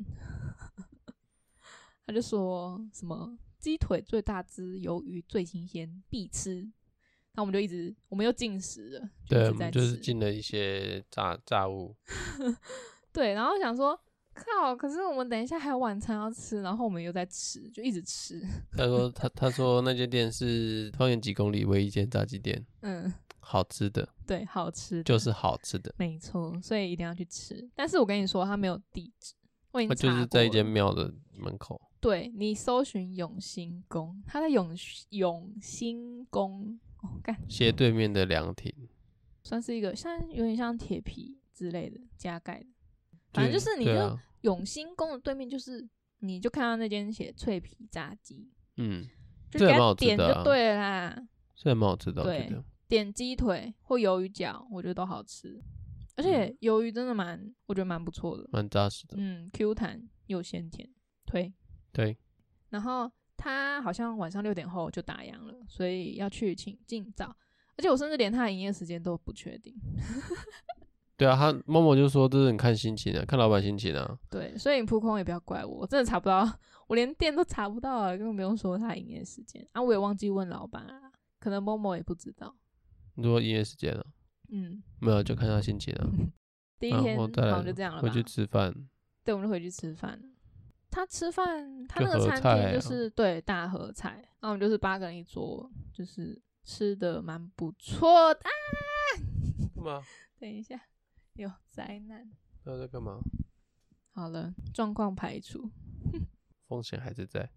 他就说什么鸡腿最大只，鱿鱼最新鲜，必吃。那我们又进食了。 对，我们就是进了一些炸物。 对，然后想说靠，可是我们等一下还有晚餐要吃，然后我们又在吃，就一直吃。 他说那间店是方圆几公里唯一一间炸鸡店。好吃的。 对，好吃的就是好吃的， 没错，所以一定要去吃。但是我跟你说，他没有地址，我已经查过了。 就是在一间庙的门口。 对，你搜寻永兴宫，它在永兴宫斜对面的凉亭， 算是一个有点像铁皮之类的加盖的，反正就是你就永兴宫的对面，就是你就看到那间写脆皮炸鸡，就这给它点就对了啦。 这也蛮好吃的， 对，点鸡腿或鱿鱼饺，我觉得都好吃，而且鱿鱼真的我觉得蛮不错的， 蛮扎实的 ，Q 弹又鲜甜，推。 对， 然后他好像晚上6点后就打烊了，所以要去请尽早，而且我甚至连他的营业时间都不确定。 对啊，他默默就说这是你看心情啊，看老板心情啊。 对，所以你扑空也不要怪我，我真的查不到，我连店都查不到啊，根本不用说他营业时间啊，我也忘记问老板啊，可能默默也不知道。 你说营业时间啊？没有，就看他心情啊。 第一天好像就这样了吧， 回去吃饭。 对，我们就回去吃饭。他吃饭，他那个餐厅就是对大合菜，然后我们就是8个人一桌，就是吃的蛮不错的。 干嘛？ 等一下，有灾难。 那在干嘛？ 好了，状况排除， 风险还是在。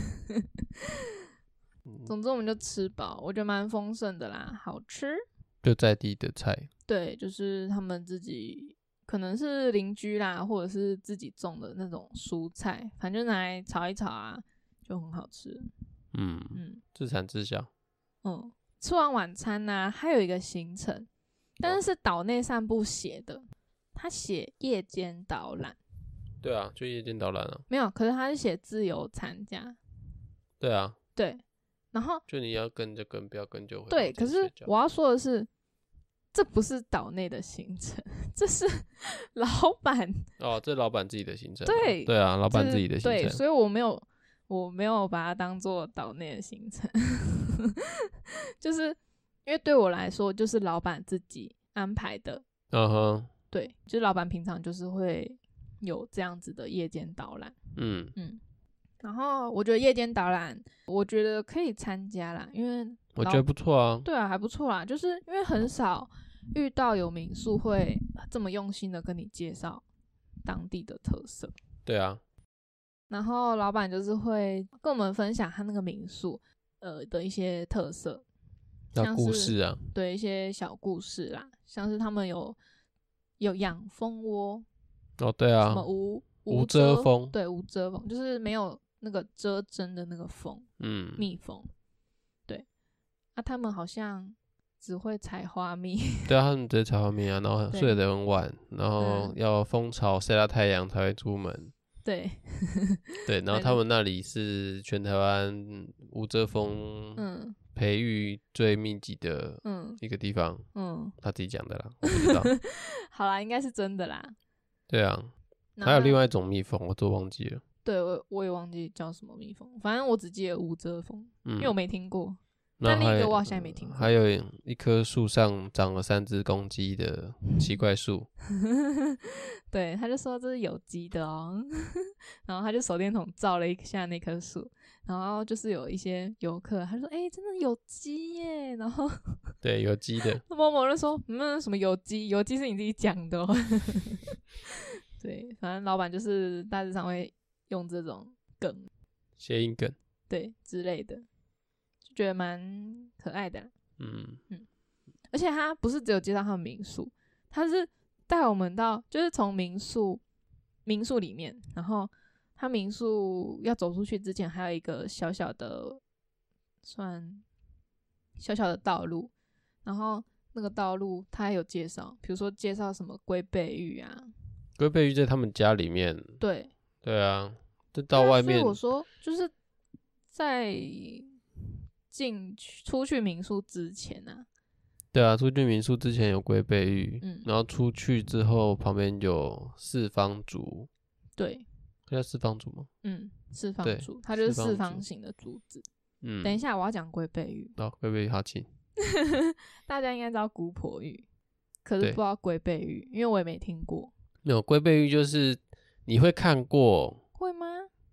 总之我们就吃饱，我觉得蛮丰盛的啦，好吃。 就在地的菜。对， 就是他们自己。可能是邻居啦，或者是自己种的那种蔬菜，反正就拿来炒一炒啊，就很好吃。 自产自销。 吃完晚餐呢，还有一个行程，但是岛内散步写的，他写夜间导览。 对啊，就夜间导览啊。 没有，可是他是写自由参加。 对啊。 对，然后就你要跟就跟，不要跟就会。 对，可是我要说的是。这不是岛内的行程，这是老板这是老板自己的行程。 对啊，老板自己的行程。 对，所以我没有把它当做岛内的行程，就是因为对我来说，就是老板自己安排的。对，就是老板平常就是会有这样子的夜间导览。然后我觉得夜间导览，我觉得可以参加啦，因为我觉得不错啊。 对啊，还不错啦，就是因为很少遇到有民宿会这么用心的跟你介绍当地的特色。 对啊。 然后老板就是会跟我们分享他那个民宿的一些特色， 像故事啊， 对，一些小故事啦，像是他们有养蜂窝。 对啊。 什么无遮风？ 对，无遮风就是没有那个遮针的那个蜂，蜜蜂。对，他们好像只会采花蜜。 对啊，他们只会采花蜜啊，然后睡得很晚，然后要蜂巢晒到太阳才会出门。 对。 对，然后他们那里是全台湾无遮风培育最密集的一个地方。他自己讲的啦，我不知道。 好啦，应该是真的啦。 对啊。还有另外一种蜜蜂，我都忘记了。 对，我也忘记叫什么蜜蜂，反正我只记得无遮蜂，因为我没听过。那另一个我好像也没听过。 还有一棵树上长了3只公鸡的奇怪树。 对，他就说这是有机的哦。然后他就手电筒照了一下那棵树，然后就是有一些游客，他说：“真的有机耶！”然后对，有机的。 某某就说：“什么有机？有机是你自己讲的哦。”对，反正老板就是大致上会用这种梗、 谐音梗， 对之类的，就觉得蛮可爱的啦。而且他不是只有介绍他们民宿，他是带我们到，就是从民宿里面，然后他民宿要走出去之前，还有一个小小的道路，然后那个道路他还有介绍，比如说介绍什么龟背玉啊。 龟背玉在他们家里面。 对啊，就到外面。 所以我说就是在出去民宿之前啊。 对啊，出去民宿之前有龟背玉，然后出去之后旁边有四方竹。对，叫四方竹吗？四方竹，它就是四方形的竹子。等一下我要讲龟背玉。龟背玉好请。大家应该知道姑婆玉，可是不知道龟背玉，因为我也没听过。没有，龟背玉就是你会看过。会吗？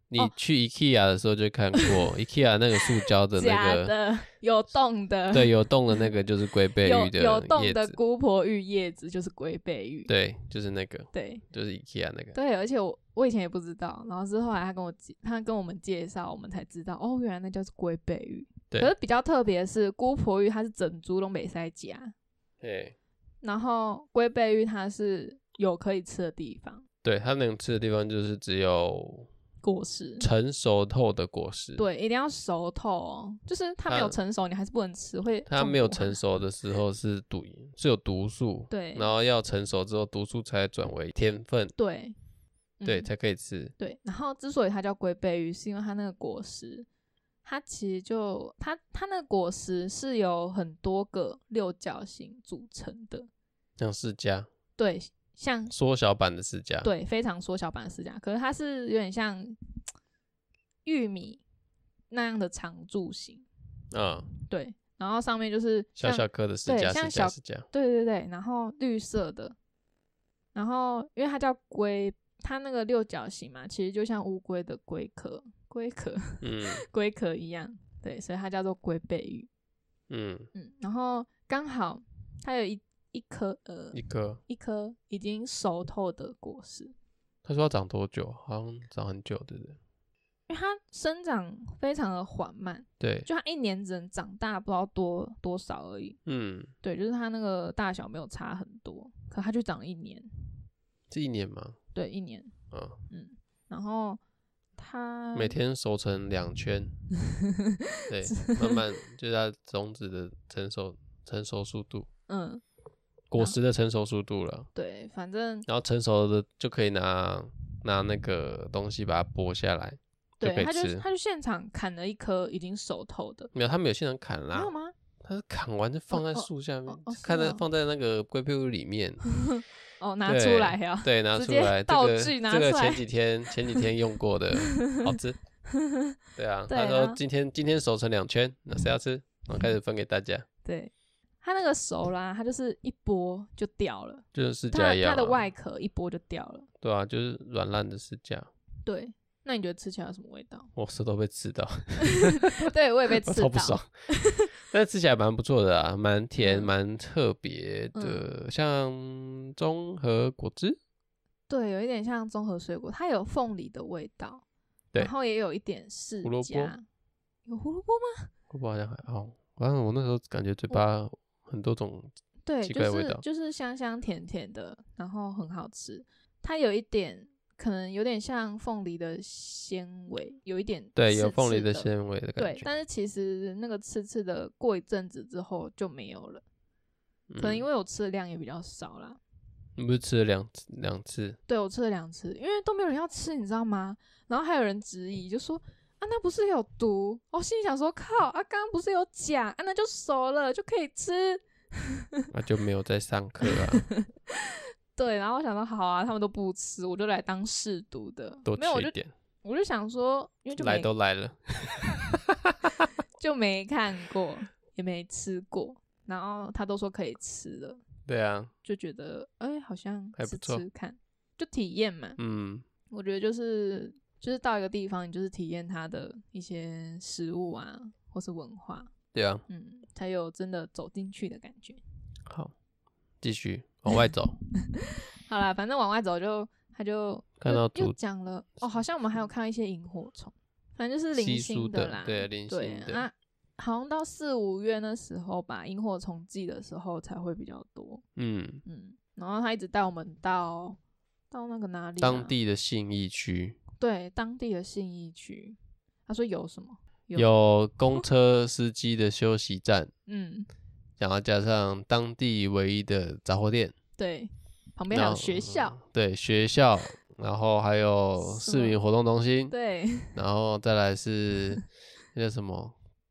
你去 IKEA 的时候就看过IKEA 那个塑胶的那个假的有洞的， 对，有洞的那个就是龟背芋的有洞的叶子姑婆芋叶子就是龟背芋， 对，就是那个， 对， 就是 IKEA 那个。 对，而且我以前也不知道，然后是后来他跟我们介绍，我们才知道哦，原来那叫龟背芋。 对， 可是比较特别的是，姑婆芋它是整株都没塞夹， 对， 然后龟背芋它是有可以吃的地方， 对，它能吃的地方就是只有果实成熟透的果实， 对，一定要熟透哦，就是它没有成熟，你还是不能吃，会它没有成熟的时候是有毒素， 对， 然后要成熟之后毒素才转为甜分， 对， 对，才可以吃。 对，然后之所以它叫龟背芋，是因为它那个果实，它其实就它那个果实是由很多个六角形组成的， 像释迦， 对，像缩小版的释迦， 对，非常缩小版的释迦，可是它是有点像玉米那样的长柱形，对，然后上面就是小小颗的释迦， 像小释迦，对对对，然后绿色的，然后因为它叫龟，它那个六角形嘛，其实就像乌龟的龟壳，龟壳一样，对，所以它叫做龟背芋，然后刚好它有一颗已经熟透的果实。 他说要长多久？好像长很久，对不对？ 因为它生长非常的缓慢， 对， 就它一年只能长大不知道多少而已。对，就是它那个大小没有差很多，可它就长了1年。 是1年吗？ 对，1年。然后它每天熟成2圈，对，慢慢就是它种子的成熟速度。果实的成熟速度了， 对，反正然后成熟的就可以拿那个东西把它剥下来，就可以吃。 他就现场砍了一颗已经熟透的， 没有，他没有现场砍啦， 没有吗？ 他是砍完就放在树下面，放在那个龟背芋里面。 拿出来呀， 对，拿出来， 道具拿出来， 这个前几天用过的，好吃。对啊，他说今天熟成2圈，那谁要吃？然后开始分给大家。 对。它那个熟啦，它就是一剥就掉了， 就是释迦一样， 它的外壳一剥就掉了。 对啊，就是软烂的释迦。 对，那你觉得吃起来有什么味道？ 我舌头被吃到， 对我也被吃到， 超不爽。但是吃起来蛮不错的啊，蛮甜，蛮特别的，像综合果汁。 对，有一点像综合水果，它有凤梨的味道，然后也有一点释迦。 胡萝卜有胡萝卜吗？ 胡萝卜好像还好，反正我那时候感觉嘴巴很多种奇怪的味道， 就是香香甜甜的，然后很好吃。它有一点可能有点像凤梨的纤维，有一点刺刺对，有凤梨的纤维的感觉。 对，但是其实那个刺刺的过一阵子之后就没有了，可能因为我吃的量也比较少啦。 你不是吃了两次？ 对，我吃了2次，因为都没有人要吃，你知道吗？然后还有人质疑，就说那不是有毒？我心里想说，靠刚刚不是有讲那就熟了就可以吃， 那就没有在上课啊。 对，然后我想说好啊，他们都不吃，我就来当试毒的， 多吃一点。 我就想说，因为就来都来了， 就没看过，也没吃过，然后他都说可以吃了， 对啊， 就觉得好像还不错， 吃看，就体验嘛。我觉得就是到一个地方，你就是体验它的一些食物啊，或是文化。 对啊， 才有真的走进去的感觉。 好，继续往外走。 好啦，反正往外走他就看到又讲了好像我们还有看到一些萤火虫，反正就是零星的啦。 对，零星的。 好像到4、5月那时候吧，萤火虫季的时候才会比较多。然后他一直带我们到那个哪里？ 当地的信义区。 对，当地的信义区。他说有什么？ 有公车司机的休息站，然后加上当地唯一的杂货店， 对，旁边还有学校， 对，学校，然后还有市民活动中心， 对， 然后再来是那叫什么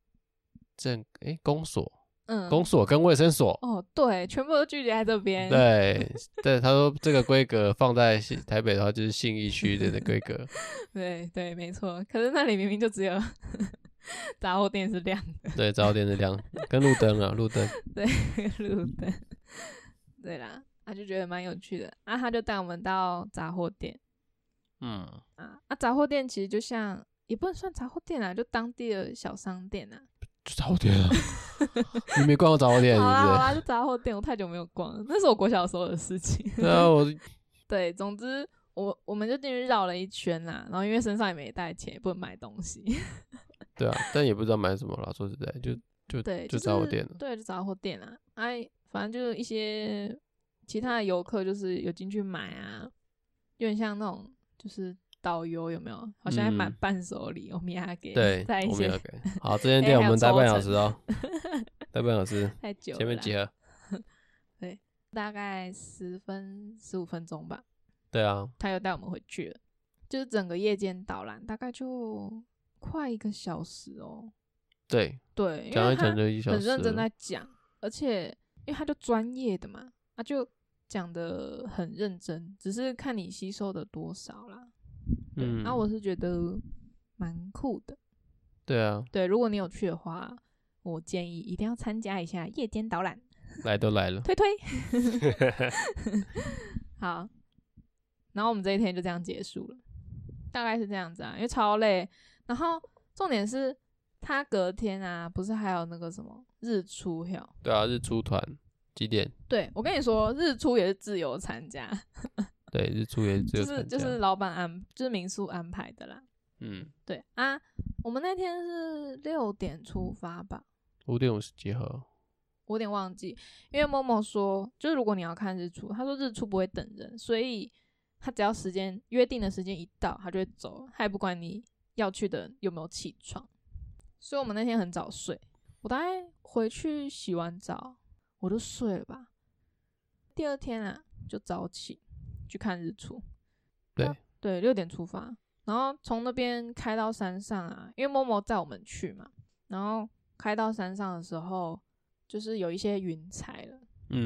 公所，公所跟卫生所， 对，全部都聚集在这边， 对，他说这个规格放在台北的话就是信义区的规格， 对对，没错，可是那里明明就只有杂货店是亮的， 对，杂货店是亮，跟路灯啊，路灯， 对，路灯，对啦，他就觉得蛮有趣的，他就带我们到杂货店， 杂货店其实就像也不能算杂货店啦，就当地的小商店啊。 就杂货店啊，你没逛过杂货店是不是？ 好啦，就杂货店，我太久没有逛了，那是我国小时候的事情。 对啊， 对，总之我们就进去绕了一圈啦，然后因为身上也没带钱，也不能买东西。 对啊，但也不知道买什么啦。说实在，就杂货店了。 对，就杂货店啦。反正就是一些其他的游客，就是有进去买啊，有点像那种就是导游有没有？好像还买伴手礼，欧米亚给对， 在一些。 好，这间店我们待半小时哦，待半小时， 太久了。 前面集合。 对，大概15分钟吧。 对啊， 他又带我们回去了，就是整个夜间导览大概就快1个小时哦。 对， 讲一讲就1小时， 很认真在讲，而且因为他就专业的嘛，他就讲得很认真，只是看你吸收的多少啦。对，我是觉得蛮酷的。 对啊， 对，如果你有去的话，我建议一定要参加一下夜间导览。 来都来了， 推。好，然后我们这一天就这样结束了，大概是这样子啊，因为超累。然后重点是，他隔天啊，不是还有那个什么日出票？ 对啊，日出团几点？ 对，我跟你说，日出也是自由参加。 对，日出也是自由参加， 就是老板就是民宿安排的啦。对啊，我们那天是6点出发吧 ？5点50集合。 我有点忘记，因为某某说，就是如果你要看日出，他说日出不会等人，所以他只要约定的时间一到，他就会走，他也不管你要去的人有没有起床。所以我们那天很早睡，我大概回去洗完澡我就睡了吧。第二天啊，就早起去看日出。对，6点出发，然后从那边开到山上啊，因为某某载我们去嘛，然后开到山上的时候。就是有一些云彩了，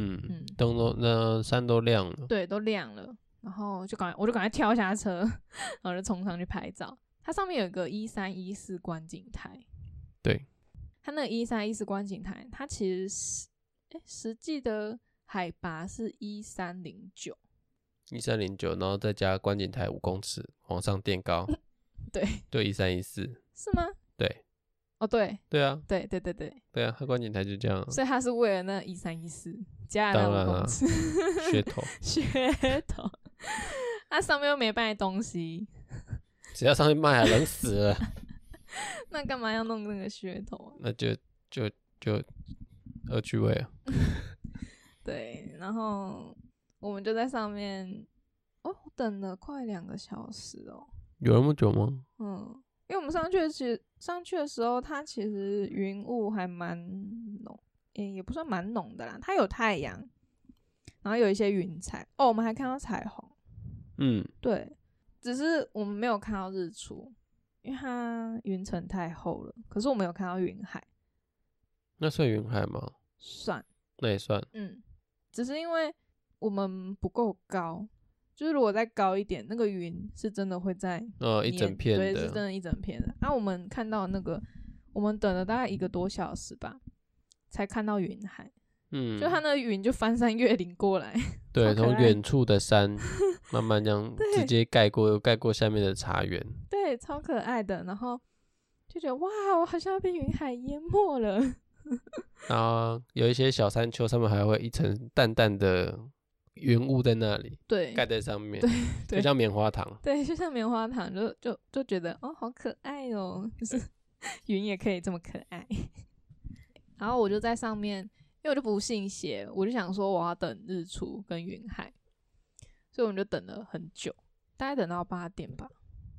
山都亮了， 对，都亮了，然后我就赶快跳下车，然后就冲上去拍照。它上面有一个1314观景台， 对， 它那个1314观景台，它其实实际的海拔是1309， 然后再加观景台5公尺往上垫高， 对 1314， 是吗？ 对。 哦，对啊， 对啊，它观景台就这样， 所以它是为了那1314加了那5公尺噱头，它上面又没卖东西， 只要上去卖冷死了。 那干嘛要弄那个噱头啊？ 那就恶趣味啊。 对，然后我们就在上面，等了快2个小时哦。 有那么久吗？ 因为我们上去的时候，它其实云雾还蛮浓，也不算蛮浓的啦。它有太阳，然后有一些云彩。我们还看到彩虹。对，只是我们没有看到日出，因为它云层太厚了。可是我们有看到云海。 那算云海吗？ 算， 那也算。 只是因为我们不够高。就是如果再高一点，那个云是真的会在一整片的， 对，是真的一整片的。我们看到那个，我们等了大概1个多小时吧，才看到云海。就它那个云就翻山越岭过来， 对，从远处的山慢慢这样直接盖过下面的茶园， 对，超可爱的。然后就觉得哇，我好像要被云海淹没了。 然后有一些小山丘上面还会一层淡淡的云雾在那里， 对， 盖在上面， 对， 就像棉花糖， 对，就像棉花糖，就觉得好可爱哦，就是云也可以这么可爱。然后我就在上面，因为我就不信邪，我就想说我要等日出跟云海，所以我们就等了很久，大概等到8点吧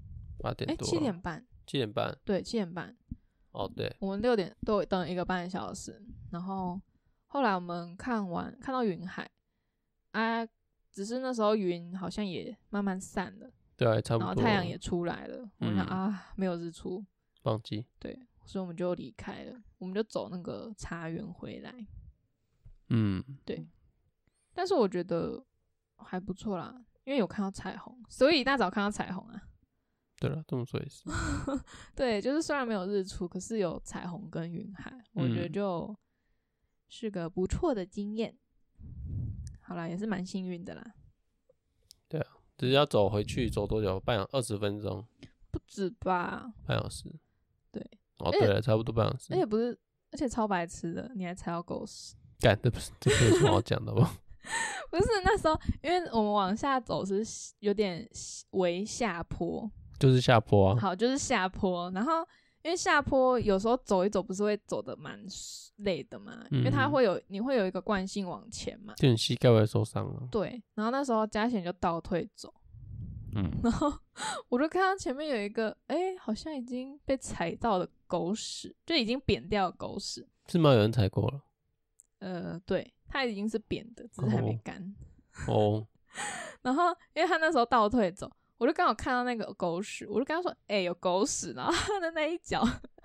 ，8点多 ，7点半 ，7点半， 对，7点半， 对， 我们6点都等了1个半小时，然后后来我们看到云海。只是那时候云好像也慢慢散了， 对啊，差不多， 然后太阳也出来了，我想没有日出， 忘记， 对，所以我们就离开了，我们就走那个茶园回来，对，但是我觉得还不错啦，因为有看到彩虹，所以一大早看到彩虹啊， 对了，这么说也是， 对，就是虽然没有日出，可是有彩虹跟云海，我觉得就是个不错的经验。好啦，也是蛮幸运的啦。 对啊， 只要走回去走多久？20分钟？ 不止吧？ 半小时。 对。 哦，对了，差不多半小时。 而且超白痴的，你还踩到狗屎。 干，这不是有什么好讲的吗？ 不是那时候，因为我们往下走是有点微下坡， 就是下坡啊。 好，就是下坡。然后因为下坡有时候走一走不是会走得蛮累的嘛，因为你会有一个惯性往前嘛， 就你膝盖会受伤了。 对，然后那时候嘉贤就倒退走，然后我就看到前面有一个，好像已经被踩到的狗屎，就已经扁掉的狗屎。 是吗？有人踩过了？ 对，它已经是扁的，只是还没干。 哦。 然后因为他那时候倒退走，我就刚好看到那个狗屎，我就跟他说：“有狗屎！”然后他的那一脚，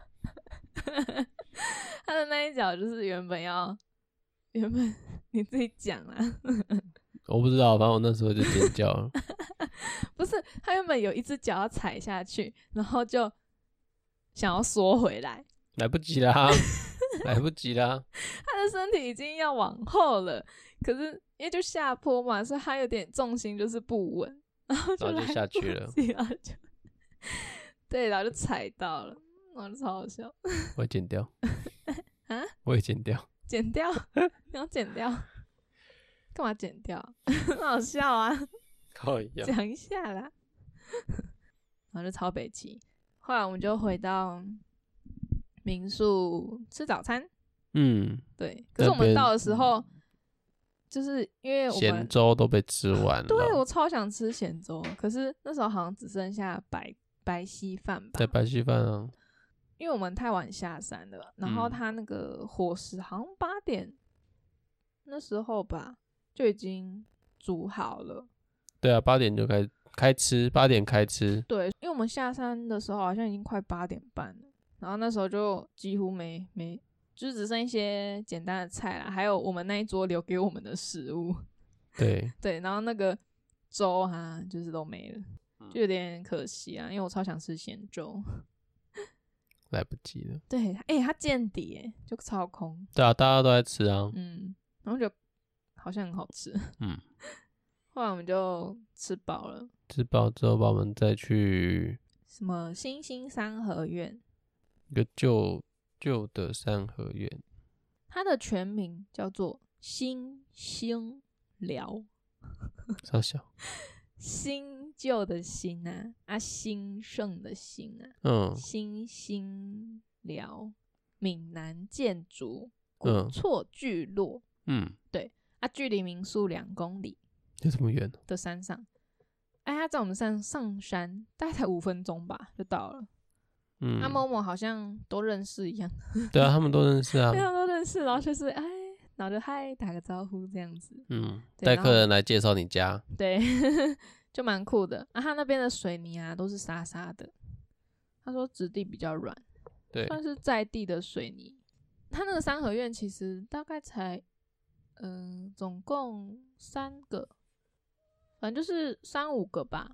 就是原本你自己讲啦。 我不知道，反正我那时候就尖叫了。 不是，他原本有一只脚要踩下去，然后就想要缩回来， 来不及啦。来不及啦， 他的身体已经要往后了，可是因为就下坡嘛，所以他有点重心就是不稳，然后就下去了， 然后就对，然后就踩到了，然后就超好笑。 我会剪掉啊？ 我会剪掉， 剪掉？你要剪掉？干嘛剪掉？很好笑啊！讲一下啦。然后就超北齐，后来我们就回到民宿吃早餐。对。可是我们到的时候，就是因为我们咸粥都被吃完了。 对，我超想吃咸粥，可是那时候好像只剩下白稀饭吧。 对，白稀饭啊。 因为我们太晚下山了，然后他那个伙食好像8点那时候吧就已经煮好了。对啊，8点就开吃，8点开吃。 对，因为我们下山的时候好像已经快8点半了。然后那时候就几乎没，就是只剩一些简单的菜啦，还有我们那一桌留给我们的食物。对，然后那个粥啊，就是都没了，就有点可惜啊，因为我超想吃咸粥。 来不及了。 对，它见底就超空。 对啊，大家都在吃啊。 然后就好像很好吃。后来我们就吃饱了。 吃饱之后，我们再去什么星星三合院。 一个旧的三合院， 它的全名叫做新兴寮。 啥小？ 新旧的新啊，兴盛的兴啊。新兴寮，闽南建筑古厝聚落。对啊，距离民宿2公里。 有这么远的山上。它在我们上山大概才5分钟吧就到了。某某好像都认识一样。 对啊，他们都认识啊。 对啊，都认识，然后就是然后就嗨打个招呼这样子。 带客人来介绍你家。 对，就蛮酷的啊。他那边的水泥都是沙沙的，他说质地比较软， 对， 算是在地的水泥。他那个三合院其实大概才总共3个，反正就是3-5个吧。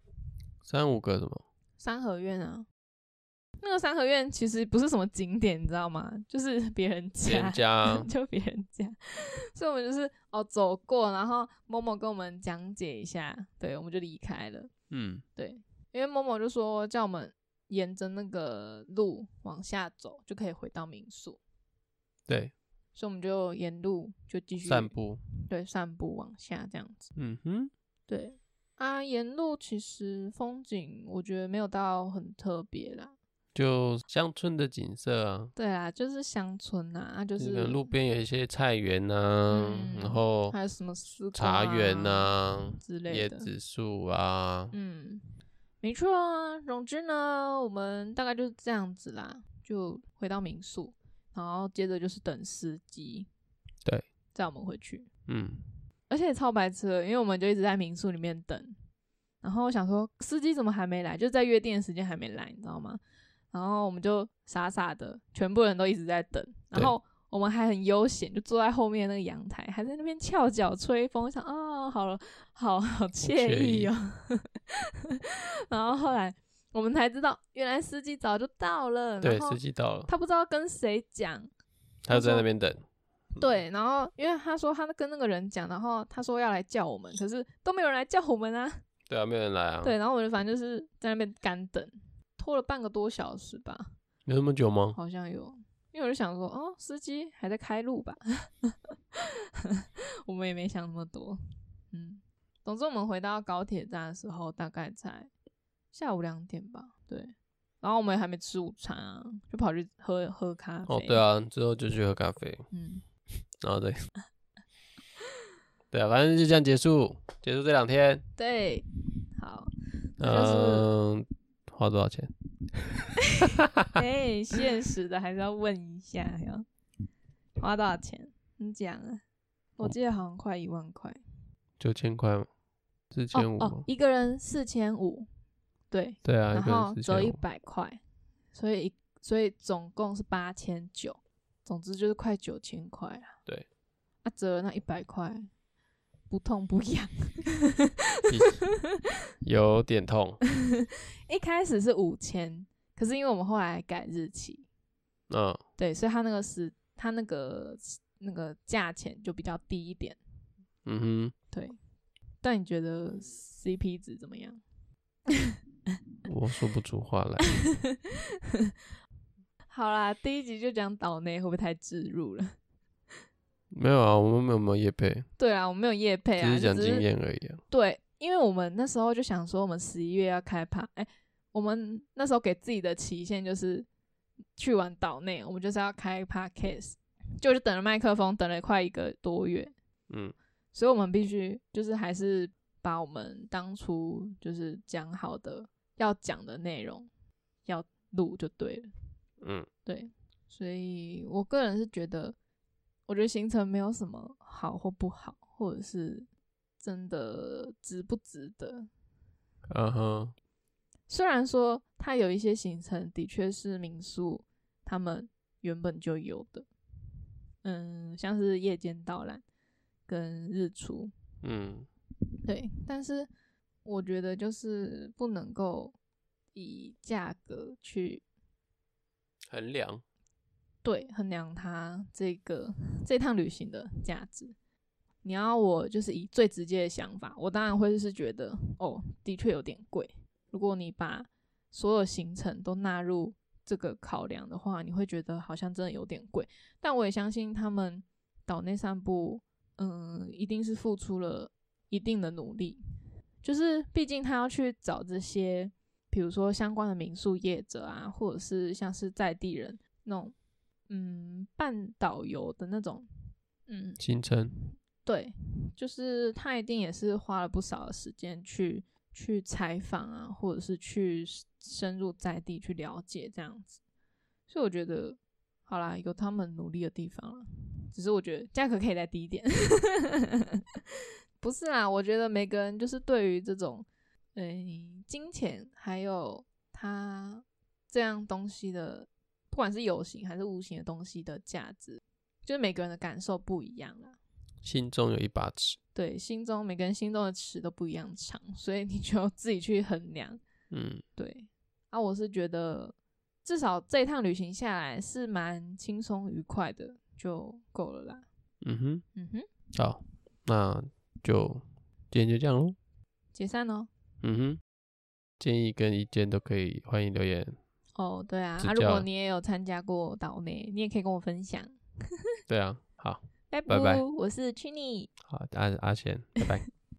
3-5个什么？ 三合院啊。那个三合院其实不是什么景点，你知道吗？就是别人家，就别人家，所以我们就是走过，然后某某跟我们讲解一下，对，我们就离开了。对，因为某某就说叫我们沿着那个路往下走，就可以回到民宿。 对， 所以我们就沿路就继续散步， 对，散步往下这样子。对啊，沿路其实风景我觉得没有到很特别啦。 就乡村的景色啊。 对啊，就是乡村啊，就是路边有一些菜园啊，然后还有什么丝瓜茶园啊之类的， 椰子树啊。 没错啊。总之呢，我们大概就是这样子啦，就回到民宿，然后接着就是等司机， 对， 载我们回去。而且超白痴的，因为我们就一直在民宿里面等，然后我想说司机怎么还没来，就在约定的时间还没来，你知道吗？然后我们就傻傻的，全部人都一直在等，然后我们还很悠闲，就坐在后面那个阳台，还在那边翘脚吹风，想好了，好惬意哦。然后后来我们才知道，原来司机早就到了。 对，司机到了， 他不知道跟谁讲， 他就在那边等。 对，然后因为他说他跟那个人讲，然后他说要来叫我们，可是都没有人来叫我们啊。 对啊，没有人来啊。 对，然后我就反正就是在那边干等，拖了半个多小时吧。 有那么久吗？ 好像有，因为我就想说，哦，司机还在开路吧。我们也没想那么多。总之我们回到高铁站的时候，大概才下午2点吧。对，然后我们也还没吃午餐啊，就跑去喝咖啡。 哦，对啊，之后就去喝咖啡。然后对，对啊，反正就这样结束这2天。 对，好， 花多少钱？ 现实的还是要问一下呀。花多少钱？你讲啊，我记得好像快1万块。 9000块吗？4500吗？ 一个人4500，对。 对啊， 然后折 100 100块，所以总共是8900，总之就是快9000块啊。 对， 折了那100块，不痛不痒。 有点痛。 一开始是5000，可是因为我们后来改日期，对，所以他那个价钱就比较低一点。对。但你觉得 CP 值怎么样？ 我说不出话来。 好啦，第一集就讲岛内，会不会太置入了？ 没有啊，我们没有业配。 对啊，我们没有业配啊， 只是讲经验而已啊。 对，因为我们那时候就想说，我们11月要开趴，我们那时候给自己的期限就是去完岛内，我们就是要开 podcast， 就等了麦克风，等了快1个多月。所以我们必须就是还是把我们当初就是讲好的要讲的内容要录就对了。对，所以我个人是觉得，我觉得行程没有什么好或不好，或者是真的值不值得。虽然说它有一些行程的确是民宿他们原本就有的，像是夜间导览跟日出，对，但是我觉得就是不能够以价格去衡量， 对，衡量它这趟旅行的价值。你要我就是以最直接的想法，我当然会是觉得，的确有点贵。如果你把所有行程都纳入这个考量的话，你会觉得好像真的有点贵。但我也相信他们岛内散步，一定是付出了一定的努力，就是毕竟他要去找这些，比如说相关的民宿业者啊，或者是像是在地人那种，半导游的那种， 行程， 对，就是他一定也是花了不少的时间去采访啊，或者是去深入在地去了解这样子。所以我觉得，好啦，有他们努力的地方啦，只是我觉得价格可以再低一点。不是啦，我觉得每个人就是对于这种，金钱还有他这样东西的，不管是有形还是无形的东西的价值，就是每个人的感受不一样啦。 心中有一把尺。 对，每个人心中的尺都不一样长，所以你就自己去衡量。对。我是觉得至少这一趟旅行下来是蛮轻松愉快的，就够了啦。 好，那就今天就这样咯， 解散咯。 建议跟意见都可以，欢迎留言。 对啊，如果你也有参加过岛内，你也可以跟我分享。 对啊，好， 拜拜，我是 Chinny。 好，阿贤，拜拜。